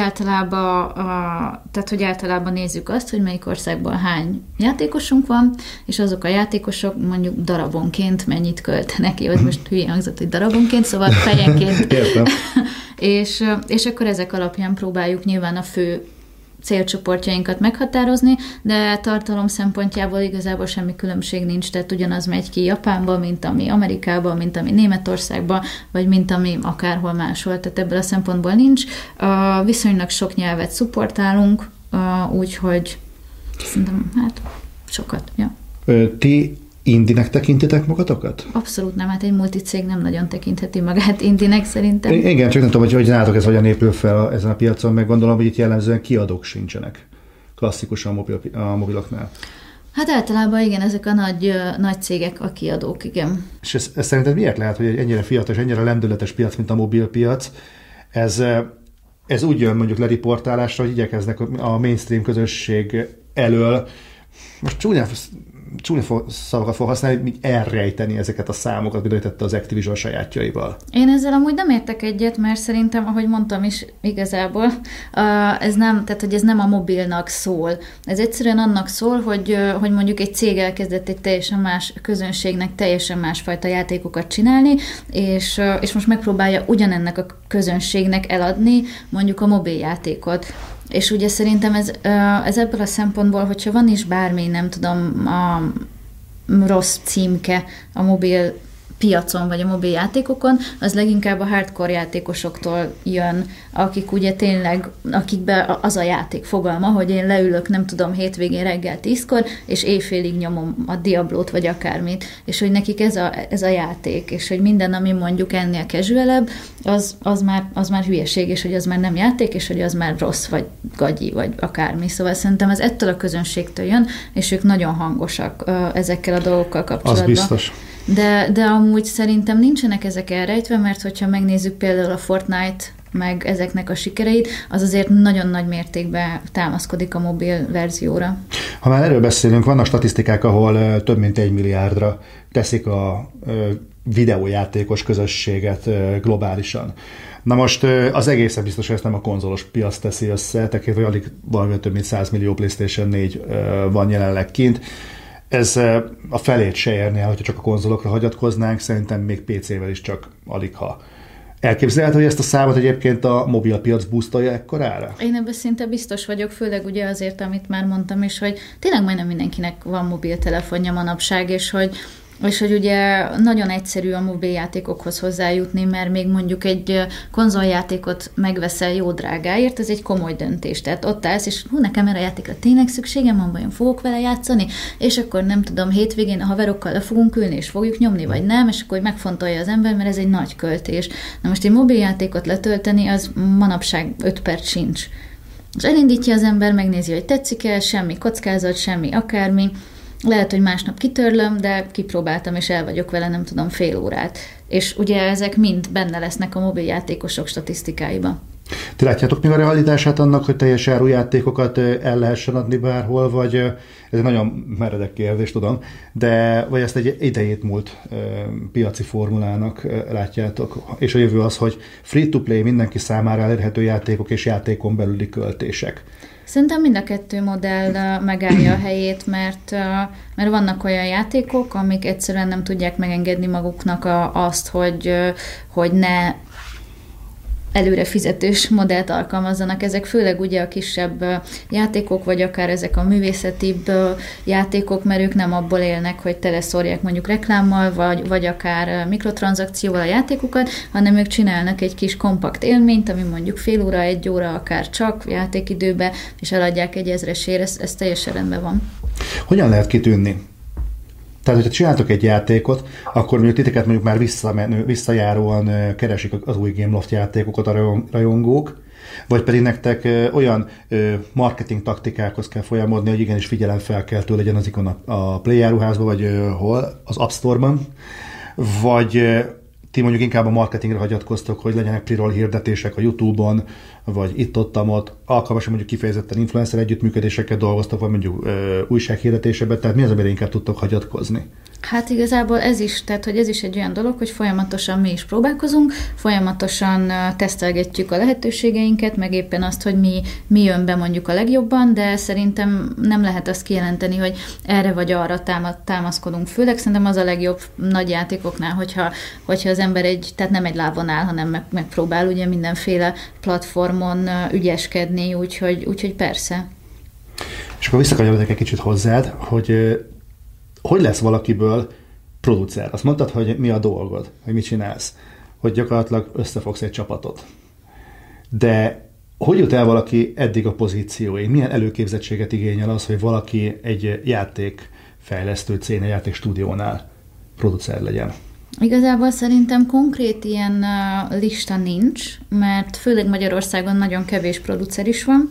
általában nézzük azt, hogy melyik országban hány játékosunk van, és azok a játékosok mondjuk darabonként mennyit költenek. Jó, ez most hülye hangzott, hogy darabonként, szóval fejenként. Értem. és akkor ezek alapján próbáljuk nyilván a fő célcsoportjainkat meghatározni, de tartalom szempontjából igazából semmi különbség nincs, tehát ugyanaz megy ki Japánba, mint ami Amerikába, mint ami Németországba, vagy mint ami akárhol máshol, tehát ebből a szempontból nincs. Viszonylag sok nyelvet szupportálunk, úgyhogy szerintem sokat. Ja. Ti indinek tekintitek magatokat? Abszolút nem, hát egy multicég nem nagyon tekintheti magát indinek szerintem. Igen, csak nem tudom, hogy nálatok ez hogyan épül fel ezen a piacon, meg gondolom, hogy itt jellemzően kiadók sincsenek klasszikusan a mobiloknál. Hát általában igen, ezek a nagy cégek a kiadók, igen. És ez szerinted miért lehet, hogy egy ennyire fiatal és ennyire lendületes piac, mint a mobilpiac, ez úgy jön mondjuk leriportálásra, hogy igyekeznek a mainstream közösség elől, most csúnya szavakat fog használni, hogy elrejteni ezeket a számokat, mint tette az Activision sajátjaival. Én ezzel amúgy nem értek egyet, mert szerintem, ahogy mondtam is igazából, ez nem a mobilnak szól. Ez egyszerűen annak szól, hogy mondjuk egy cég elkezdett egy teljesen más közönségnek teljesen másfajta játékokat csinálni, és most megpróbálja ugyanennek a közönségnek eladni mondjuk a mobiljátékot. És ugye szerintem ez ebből a szempontból, hogyha van is bármi, nem tudom, a rossz címke a mobil piacon, vagy a mobil játékokon, az leginkább a hardcore játékosoktól jön, akik ugye tényleg, akikben az a játék fogalma, hogy én leülök, nem tudom, hétvégén reggel 10-kor, és éjfélig nyomom a Diablót, vagy akármit, és hogy nekik ez a játék, és hogy minden, ami mondjuk ennél casualebb, az már hülyeség, és hogy az már nem játék, és hogy az már rossz, vagy gagyi, vagy akármi. Szóval szerintem ez ettől a közönségtől jön, és ők nagyon hangosak ezekkel a dolgokkal kapcsolatban. Az biztos. De amúgy szerintem nincsenek ezek elrejtve, mert hogyha megnézzük például a Fortnite, meg ezeknek a sikereit, az azért nagyon nagy mértékben támaszkodik a mobil verzióra. Ha már erről beszélünk, vannak statisztikák, ahol több mint 1 milliárdra teszik a videójátékos közösséget globálisan. Na most az egészen biztos, hogy ezt nem a konzolos piac teszi össze, tekintve alig valami több mint 100 millió PlayStation 4 van jelenleg kint. Ez a felét se érné, hogyha csak a konzolokra hagyatkoznánk, szerintem még PC-vel is csak aligha. Elképzelhető, hogy ezt a számot egyébként a mobilpiac boostolja ekkorára? Én ebben szinte biztos vagyok, főleg ugye azért, amit már mondtam is, hogy tényleg majdnem mindenkinek van mobiltelefonja manapság, és hogy ugye nagyon egyszerű a mobiljátékokhoz hozzájutni, mert még mondjuk egy konzoljátékot megveszel jó drágáért, ez egy komoly döntés. Tehát ott állsz, és nekem erre a játékra tényleg szükségem van, vajon fogok vele játszani, és akkor nem tudom, hétvégén a haverokkal le fogunk ülni, és fogjuk nyomni, vagy nem, és akkor megfontolja az ember, mert ez egy nagy költés. Na most egy mobiljátékot letölteni, az manapság 5 perc sincs. És elindítja az ember, megnézi, hogy tetszik-e, semmi kockázat, semmi akármi. Lehet, hogy másnap kitörlöm, de kipróbáltam, és el vagyok vele, nem tudom, fél órát. És ugye ezek mind benne lesznek a mobiljátékosok statisztikáiban. Ti látjátok még a realitását annak, hogy teljes áru játékokat el lehessen adni bárhol, vagy ez egy nagyon meredek kérdés, tudom, de vagy ezt egy idejét múlt piaci formulának látjátok, és a jövő az, hogy free-to-play mindenki számára elérhető játékok és játékon belüli költések. Szerintem mind a kettő modell megállja a helyét, mert vannak olyan játékok, amik egyszerűen nem tudják megengedni maguknak azt, hogy ne előre fizetős modellt alkalmazzanak. Ezek főleg ugye a kisebb játékok, vagy akár ezek a művészetibb játékok, mert ők nem abból élnek, hogy teleszórják mondjuk reklámmal, vagy akár mikrotranszakcióval a játékokat, hanem ők csinálnak egy kis kompakt élményt, ami mondjuk fél óra, 1 óra, akár csak játékidőbe, és eladják egy 1000-esért, ez teljesen rendben van. Hogyan lehet kitűnni? Tehát, hogyha csináltok egy játékot, akkor mondjuk titeket mondjuk már visszajáróan keresik az új Gameloft játékokat a rajongók, vagy pedig nektek olyan marketing taktikákhoz kell folyamodni, hogy igenis figyelemfelkeltő legyen az ikon a Play áruházban, vagy hol, az App Store-ban, vagy ti mondjuk inkább a marketingre hagyatkoztok, hogy legyenek pre-roll hirdetések a YouTube-on, vagy itt-ott, alkalmasan mondjuk kifejezetten influencer együttműködésekkel dolgoztok, vagy mondjuk újsághirdetésében, tehát mi az, amire inkább tudtok hagyatkozni? Hát igazából ez is, tehát hogy ez is egy olyan dolog, hogy folyamatosan mi is próbálkozunk, folyamatosan tesztelgetjük a lehetőségeinket, meg éppen azt, hogy mi jön be mondjuk a legjobban, de szerintem nem lehet azt kijelenteni, hogy erre vagy arra támaszkodunk. Főleg szerintem az a legjobb nagy játékoknál, hogyha az ember tehát nem egy lábon áll, hanem megpróbál ugye mindenféle platformon ügyeskedni, úgyhogy persze. És akkor visszakanyarodok egy kicsit hozzád, hogy lesz valakiből producer? Azt mondtad, hogy mi a dolgod, hogy mit csinálsz, hogy gyakorlatilag összefogsz egy csapatot. De hogy jut el valaki eddig a pozícióig? Milyen előképzettséget igényel az, hogy valaki egy játékfejlesztő cégnél, játékstúdiónál producer legyen? Igazából szerintem konkrét ilyen lista nincs, mert főleg Magyarországon nagyon kevés producer is van,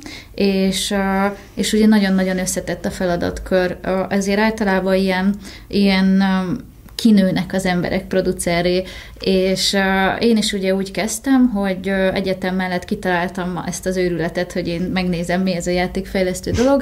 és ugye nagyon-nagyon összetett a feladatkör. Ezért általában ilyen kinőnek az emberek producerré, és én is ugye úgy kezdtem, hogy egyetem mellett kitaláltam ezt az őrületet, hogy én megnézem, mi ez a játékfejlesztő dolog,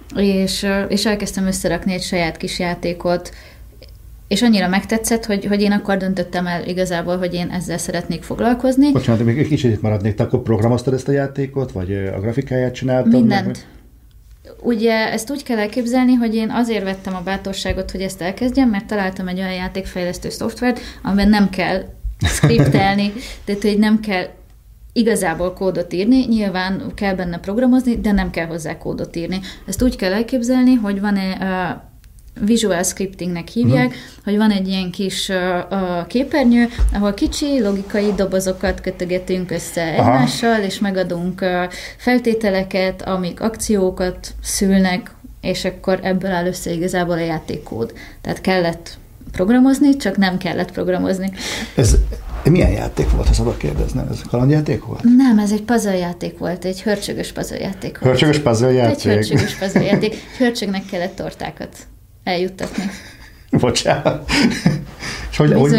és elkezdtem összerakni egy saját kis játékot, és annyira megtetszett, hogy én akkor döntöttem el igazából, hogy én ezzel szeretnék foglalkozni. Bocsánat, még egy kicsit itt maradnék, te akkor programoztad ezt a játékot, vagy a grafikáját csináltad? Mindent. Ugye ezt úgy kell elképzelni, hogy én azért vettem a bátorságot, hogy ezt elkezdjem, mert találtam egy olyan játékfejlesztő szoftvert, amiben nem kell skriptelni, tehát hogy nem kell igazából kódot írni, nyilván kell benne programozni, de nem kell hozzá kódot írni. Ezt úgy kell elképzelni, hogy van visual scriptingnek hívják, hogy van egy ilyen kis képernyő, ahol kicsi logikai dobozokat kötögetünk össze egymással, és megadunk feltételeket, amik akciókat szülnek, és akkor ebből áll össze igazából a játékkód. Tehát kellett programozni, csak nem kellett programozni. Ez milyen játék volt, ha szabad kérdeznem? Ez kalandjáték volt? Nem, ez egy puzzle játék volt, egy hörcsögös puzzle játék volt. Hörcsögös puzzle játék? Egy hörcsögös puzzle játék. Hörcsögnek kellett tortákat eljuttatni. Bocsánat. És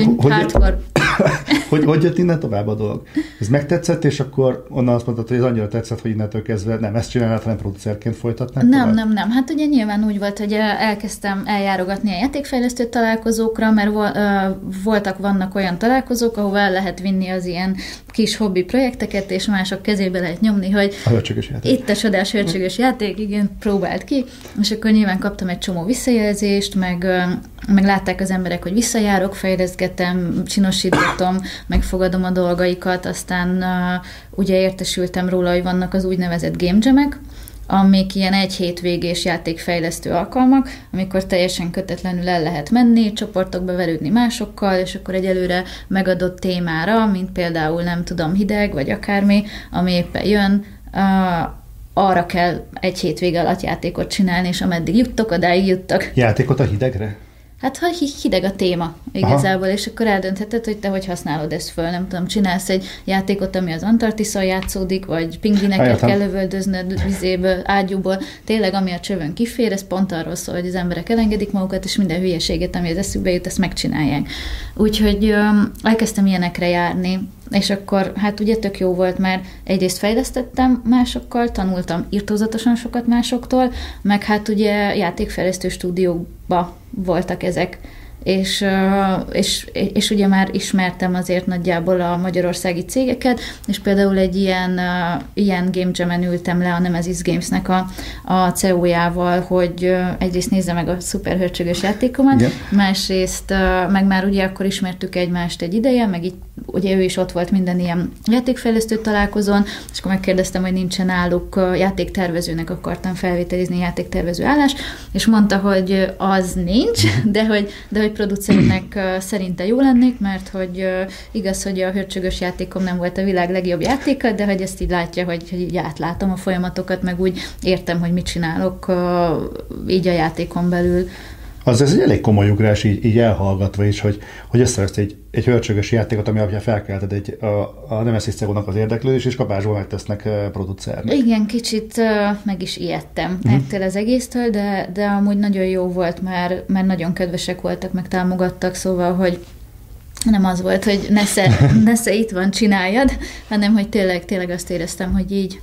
hogy jött innen tovább a dolog? Ez megtetszett, és akkor onnan azt mondtad, hogy ez annyira tetszett, hogy innentől kezdve nem ezt csinálnád, hanem producerként folytatnád? Nem. Hát ugye nyilván úgy volt, hogy elkezdtem eljárogatni a játékfejlesztő találkozókra, mert vannak olyan találkozók, ahol el lehet vinni az ilyen kis hobbi projekteket, és mások kezébe lehet nyomni, hogy itt a csodás hörcsögös játék, igen, próbáld ki, és akkor nyilván kaptam egy csomó visszajelzést, meg látták az emberek, hogy visszajárok, fejleszgetem, csinosítgatom, megfogadom a dolgaikat, aztán ugye értesültem róla, hogy vannak az úgynevezett game jamek, amik ilyen egy hétvégés játékfejlesztő alkalmak, amikor teljesen kötetlenül el lehet menni, csoportokba verődni másokkal, és akkor egy előre megadott témára, mint például nem tudom, hideg, vagy akármi, ami éppen jön, arra kell egy hétvége alatt játékot csinálni, és ameddig juttok, odáig juttok. Játékot a hidegre? Hát, ha hideg a téma igazából, és akkor eldöntheted, hogy te hogy használod ezt föl. Nem tudom, csinálsz egy játékot, ami az Antarktiszon játszódik, vagy pingvineket kell lövöldöznöd vizéből, ágyúból. Tényleg, ami a csövön kifér, ez pont arról szól, hogy az emberek elengedik magukat, és minden hülyeséget, ami az eszükbe jut, ezt megcsinálják. Úgyhogy elkezdtem ilyenekre járni, és akkor hát ugye tök jó volt, mert egyrészt fejlesztettem másokkal, tanultam irtózatosan sokat másoktól, meg hát ugye játékfejlesztő stúdiókba voltak ezek, és ugye már ismertem azért nagyjából a magyarországi cégeket, és például egy ilyen Game Jam-en ültem le a Nemesis Games-nek a CEO-jával, hogy egyrészt nézze meg a szuper hörcsögös játékomat, másrészt meg már ugye akkor ismertük egymást egy ideje, meg így ugye ő is ott volt minden ilyen játékfejlesztő találkozón, és akkor megkérdeztem, hogy nincsen náluk játéktervezőnek akartam felvételizni játéktervező állást, és mondta, hogy az nincs, de hogy producernek szerinte jó lennék, mert hogy igaz, hogy a hörcsögös játékom nem volt a világ legjobb játéka, de hogy ezt így látja, hogy így átlátom a folyamatokat, meg úgy értem, hogy mit csinálok így a játékon belül. Az ez egy elég komoly ugrás, így elhallgatva is, hogy összevesz egy hörcsögös játékot, ami alapján felkelted a Nemesis Cego-nak az érdeklődés, és kapásból megtesznek producernek. Igen, kicsit meg is ijedtem ettől az egésztől, de amúgy nagyon jó volt, mert nagyon kedvesek voltak, meg támogattak, szóval, hogy nem az volt, hogy nesze itt van, csináljad, hanem hogy tényleg azt éreztem, hogy így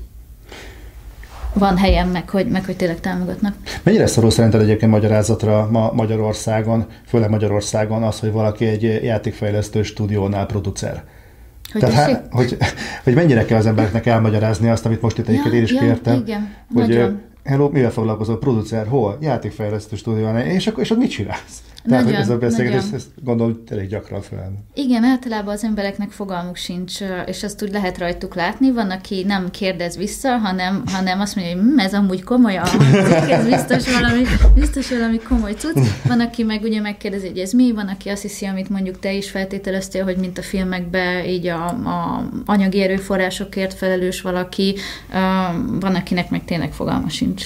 van helyem, meg hogy tényleg támogatnak. Mennyire szorul szerinted egyébként magyarázatra ma Magyarországon, főleg Magyarországon az, hogy valaki egy játékfejlesztő stúdiónál producer? Tehát, hogy mennyire kell az embereknek elmagyarázni azt, amit most itt egyébként én is kértem, igen, hogy nagyon. Hello, mivel foglalkozol? Producer, hol? Játékfejlesztő stúdiónál, és ott mit csinálsz? Tehát, hogy ez a beszélgetés, ezt gondolom, elég gyakran fel. Igen, általában az embereknek fogalmuk sincs, és azt úgy lehet rajtuk látni. Van, aki nem kérdez vissza, hanem azt mondja, hogy ez amúgy komoly, ez biztos valami komoly cucc. Van, aki meg ugye megkérdezi, hogy ez mi, van, aki azt hiszi, amit mondjuk te is feltételeztél, hogy mint a filmekben így a anyagi erőforrásokért felelős valaki, van, akinek meg tényleg fogalma sincs.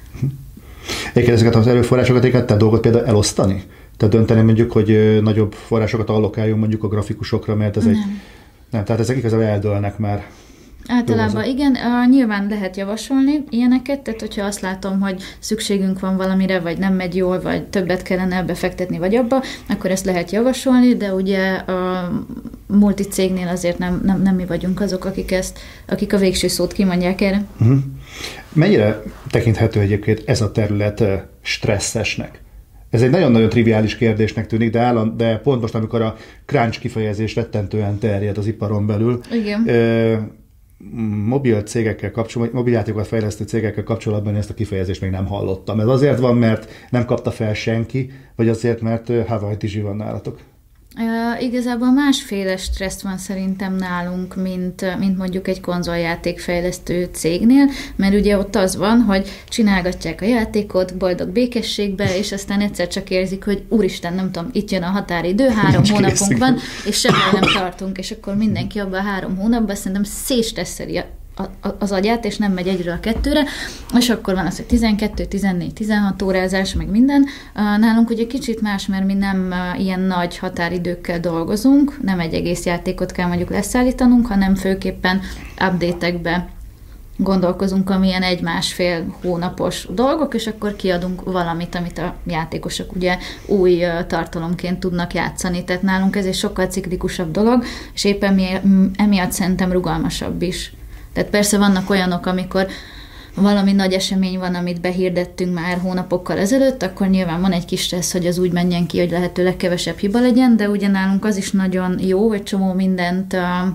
Egyébként ezeket az erőforrásokat te dolgot például elosztani? Tehát dönteni mondjuk, hogy nagyobb forrásokat allokáljunk mondjuk a grafikusokra, mert ez nem, tehát ezek igazából eldőlnek már. Általában igen, nyilván lehet javasolni ilyeneket, tehát hogyha azt látom, hogy szükségünk van valamire, vagy nem megy jól, vagy többet kellene befektetni, vagy abba, akkor ezt lehet javasolni, de ugye a multicégnél azért nem mi vagyunk azok, akik a végső szót kimondják erre. Uh-huh. Mennyire tekinthető egyébként ez a terület stresszesnek? Ez egy nagyon-nagyon triviális kérdésnek tűnik, de pont most, amikor a crunch kifejezés rettentően terjed az iparon belül, igen. Mobil cégekkel kapcsolatban, mobiljátékokat fejlesztő cégekkel kapcsolatban ezt a kifejezést még nem hallottam. Ez azért van, mert nem kapta fel senki, vagy azért, mert Hawaii Dizsi van nálatok? Igazából másféle stressz van szerintem nálunk, mint mondjuk egy konzoljátékfejlesztő cégnél, mert ugye ott az van, hogy csinálgatják a játékot boldog békességbe, és aztán egyszer csak érzik, hogy úristen, nem tudom, itt jön a határidő, 3 hónapunk van, és semmilyen nem tartunk, és akkor mindenki abban a 3 hónapban szerintem szétstresszeli az agyát, és nem megy egyről a 2-re, és akkor van az, hogy 12, 14, 16 órázás, meg minden. Nálunk ugye kicsit más, mert mi nem ilyen nagy határidőkkel dolgozunk, nem egy egész játékot kell mondjuk leszállítanunk, hanem főképpen update-ekbe gondolkozunk, amilyen 1-1,5 hónapos dolgok, és akkor kiadunk valamit, amit a játékosok ugye új tartalomként tudnak játszani. Tehát nálunk ez egy sokkal ciklikusabb dolog, és éppen emiatt szerintem rugalmasabb is. Tehát persze vannak olyanok, amikor valami nagy esemény van, amit behirdettünk már hónapokkal ezelőtt, akkor nyilván van egy kis stressz, hogy az úgy menjen ki, hogy lehetőleg kevesebb hiba legyen, de ugye nálunk az is nagyon jó, hogy csomó mindent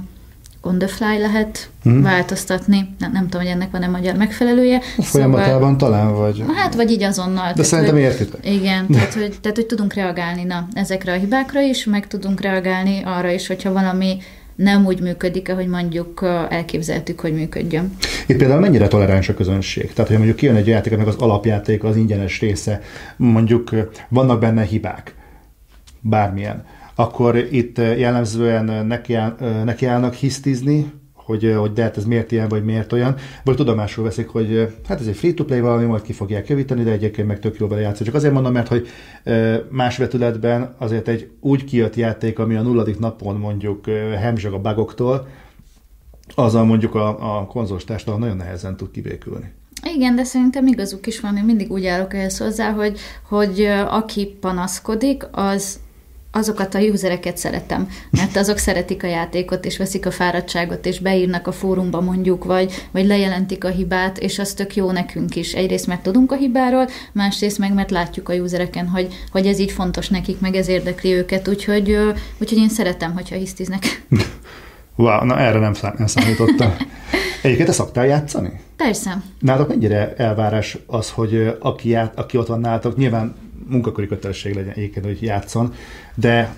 on the fly lehet változtatni. Nem tudom, hogy ennek van-e magyar megfelelője. Folyamatában talán vagy. Hát, vagy így azonnal. De szerintem értitek. Igen, tehát, hogy tudunk reagálni ezekre a hibákra is, meg tudunk reagálni arra is, hogyha valami nem úgy működik, ahogy mondjuk elképzeltük, hogy működjön. Itt például mennyire toleráns a közönség? Tehát, hogy mondjuk kijön egy játék, meg az alapjáték, az ingyenes része, mondjuk vannak benne hibák, bármilyen, akkor itt jellemzően nekiállnak hisztizni, hogy de hát ez miért ilyen, vagy miért olyan, vagy tudomásul veszik, hogy hát ez egy free-to-play valami, majd ki fogják javítani, de egyébként meg tök jól vele játszani. Csak azért mondom, mert hogy más vetületben azért egy úgy kijött játék, ami a 0. napon mondjuk hemzseg a bugoktól, azzal mondjuk a konzolos társadalom nagyon nehezen tud kibékülni. Igen, de szerintem igazuk is van, én mindig úgy állok ehhez hozzá, hogy aki panaszkodik, azokat a usereket szeretem, mert azok szeretik a játékot, és veszik a fáradtságot, és beírnak a fórumba mondjuk, vagy lejelentik a hibát, és az tök jó nekünk is. Egyrészt, mert tudunk a hibáról, másrészt meg, mert látjuk a usereken, hogy ez így fontos nekik, meg ez érdekli őket, úgyhogy én szeretem, hogyha hisztiznek. Wow, na erre nem számítottam. Egyébként te szoktál játszani? Persze. Nálatok mennyire elvárás az, hogy aki ott van nálatok, nyilván munkakori kötelesség legyen egyébként, hogy játszon, de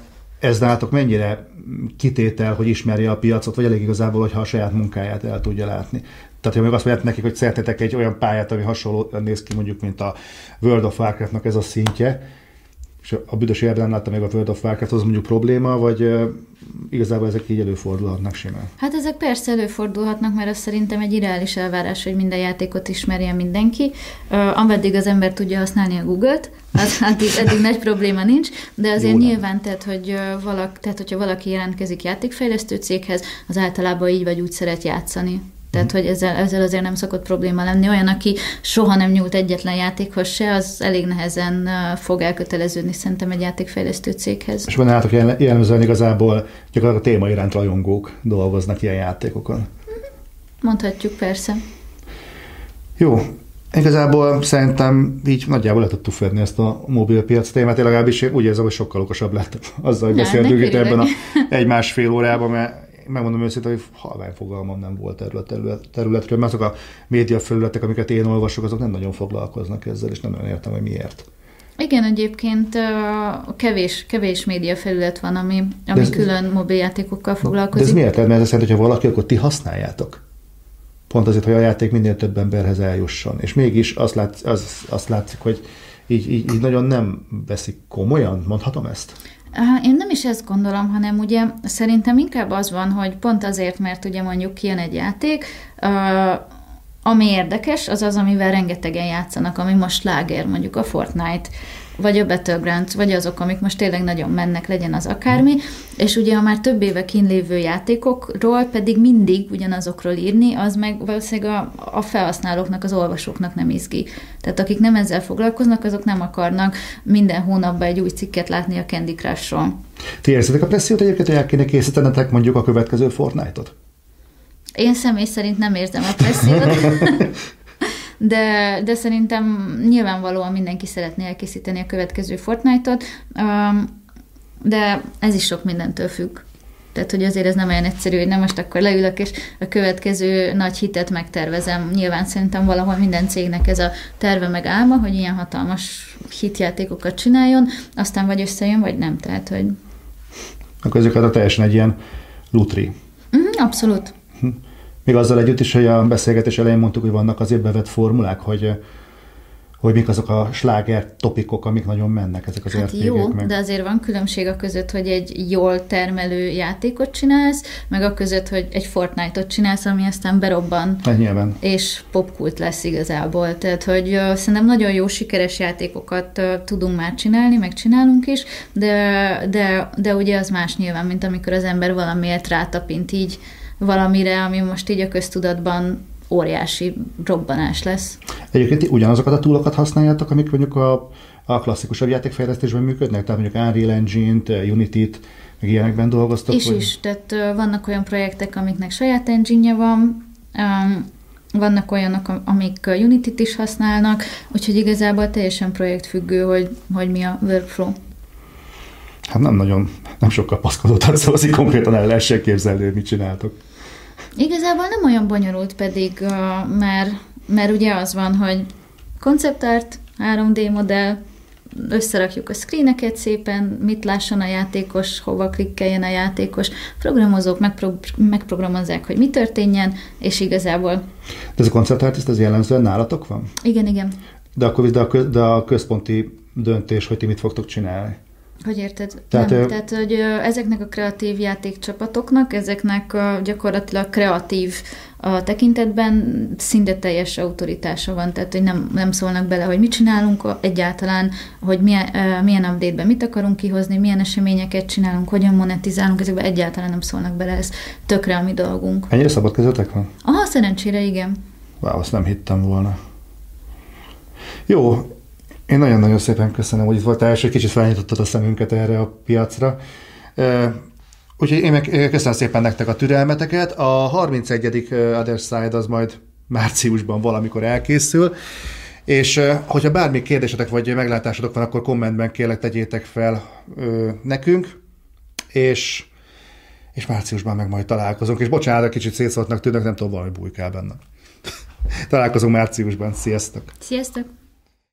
ez nálatok mennyire kitétel, hogy ismerje a piacot, vagy elég igazából, hogyha a saját munkáját el tudja látni? Tehát, hogy azt mondják nekik, hogy szeretnétek egy olyan pályát, ami hasonlóan néz ki mondjuk, mint a World of Warcraftnak ez a szintje, és a büdös életben nem láttam még a World of Warcraft, az mondjuk probléma, vagy igazából ezek így előfordulhatnak simán? Hát ezek persze előfordulhatnak, mert az szerintem egy irreális elvárás, hogy minden játékot ismerjen mindenki. Ameddig az ember tudja használni a Google-t, eddig nagy probléma nincs, de azért nyilván, hogyha valaki jelentkezik játékfejlesztő céghez, az általában így vagy úgy szeret játszani. Tehát, hogy ezzel azért nem szokott probléma lenni. Olyan, aki soha nem nyúlt egyetlen játékhoz se, az elég nehezen fog elköteleződni szerintem egy játékfejlesztő céghez. És van nálatok jellemzően igazából gyakorlatilag a téma iránt rajongók dolgoznak ilyen játékokon? Mondhatjuk, persze. Jó. Igazából szerintem így nagyjából le tudtuk fedni ezt a mobilpiac témát. Én legalábbis úgy érzem, hogy sokkal okosabb lett azzal, hogy beszéltünk itt ebben a 1-1,5 órában, mert megmondom őszintén, hogy halvány fogalmam nem volt területről, mert azok a médiafelületek, amiket én olvasok, azok nem nagyon foglalkoznak ezzel, és nem nagyon értem, hogy miért. Igen, egyébként kevés médiafelület van, ami külön mobiljátékokkal foglalkozik. De ez miért? Mert ez szerint, hogyha valaki, akkor ti használjátok. Pont azért, hogy a játék minél több emberhez eljusson. És mégis azt látszik, hogy így nagyon nem veszik komolyan, mondhatom ezt? Én nem is ezt gondolom, hanem ugye szerintem inkább az van, hogy pont azért, mert ugye mondjuk kijön egy játék, ami érdekes, az az, amivel rengetegen játszanak, ami most sláger, mondjuk a Fortnite, vagy a Battlegrounds, vagy azok, amik most tényleg nagyon mennek, legyen az akármi, és ugye a már több éve kínlévő játékokról pedig mindig ugyanazokról írni, az meg valószínűleg a felhasználóknak, az olvasóknak nem izgi. Tehát akik nem ezzel foglalkoznak, azok nem akarnak minden hónapban egy új cikket látni a Candy Crush-ról. Ti érzitek a pressziót egyébként, hogy el kéne készítenetek mondjuk a következő Fortnite-ot? Én személy szerint nem érzem a pressziót. De szerintem nyilvánvalóan mindenki szeretné elkészíteni a következő Fortnite-ot, de ez is sok mindentől függ. Tehát, hogy azért ez nem olyan egyszerű, hogy nem most akkor leülök, és a következő nagy hitet megtervezem. Nyilván szerintem valahol minden cégnek ez a terve meg álma, hogy ilyen hatalmas hitjátékokat csináljon, aztán vagy összejön, vagy nem. Tehát, hogy... Akkor ezeket teljesen egy ilyen lutri. Abszolút. Még azzal együtt is, hogy a beszélgetés elején mondtuk, hogy vannak azért bevett formulák, hogy mik azok a sláger topikok, amik nagyon mennek, ezek az RPG-k. Jó, de azért van különbség a között, hogy egy jól termelő játékot csinálsz, meg a között, hogy egy Fortnite-ot csinálsz, ami aztán berobban, és popkult lesz igazából. Tehát, hogy szerintem nagyon jó, sikeres játékokat tudunk már csinálni, meg csinálunk is, de ugye az más nyilván, mint amikor az ember valamiért rátapint így valamire, ami most így a köztudatban óriási robbanás lesz. Egyébként ugyanazokat a túlokat használjátok, amik mondjuk a klasszikusabb játékfejlesztésben működnek? Tehát mondjuk Unreal Engine-t, Unity-t, meg ilyenekben dolgoztok? Is. Tehát vannak olyan projektek, amiknek saját engine-je van, vannak olyanok, amik Unity-t is használnak, úgyhogy igazából teljesen projektfüggő, hogy mi a workflow. Hát nem sokkal paszkodottak, szóval azért konkrétan el lehessen képzelni, hogy mit csináltok. Igazából nem olyan bonyolult pedig, mert ugye az van, hogy konceptart, 3D modell, összerakjuk a screeneket szépen, mit lásson a játékos, hova klikkeljen a játékos, programozók megprogramozzák, hogy mi történjen, és igazából... De ez a konceptart, ez jellemzően nálatok van? Igen. De a központi döntés, hogy ti mit fogtok csinálni? Hogy érted? Tehát, hogy ezeknek a kreatív játékcsapatoknak, ezeknek gyakorlatilag kreatív tekintetben szinte teljes autoritása van, tehát hogy nem szólnak bele, hogy mit csinálunk egyáltalán, hogy milyen update-ben mit akarunk kihozni, milyen eseményeket csinálunk, hogyan monetizálunk, ezekben egyáltalán nem szólnak bele, ez tökre a mi dolgunk. Ennyire szabad kezetek van? Aha, szerencsére igen. Azt nem hittem volna. Jó, én nagyon-nagyon szépen köszönöm, hogy itt voltál, és egy kicsit felnyitottad a szemünket erre a piacra. Úgyhogy én meg köszönöm szépen nektek a türelmeteket. A 31. Other Side az majd márciusban valamikor elkészül, és hogyha bármi kérdésetek vagy meglátásotok van, akkor kommentben kérlek tegyétek fel nekünk, és márciusban meg majd találkozunk. És bocsánat, kicsit szétszóltnak tűnök, nem tudom, valami bujkál benne. Találkozunk márciusban. Sziasztok! Sziasztok!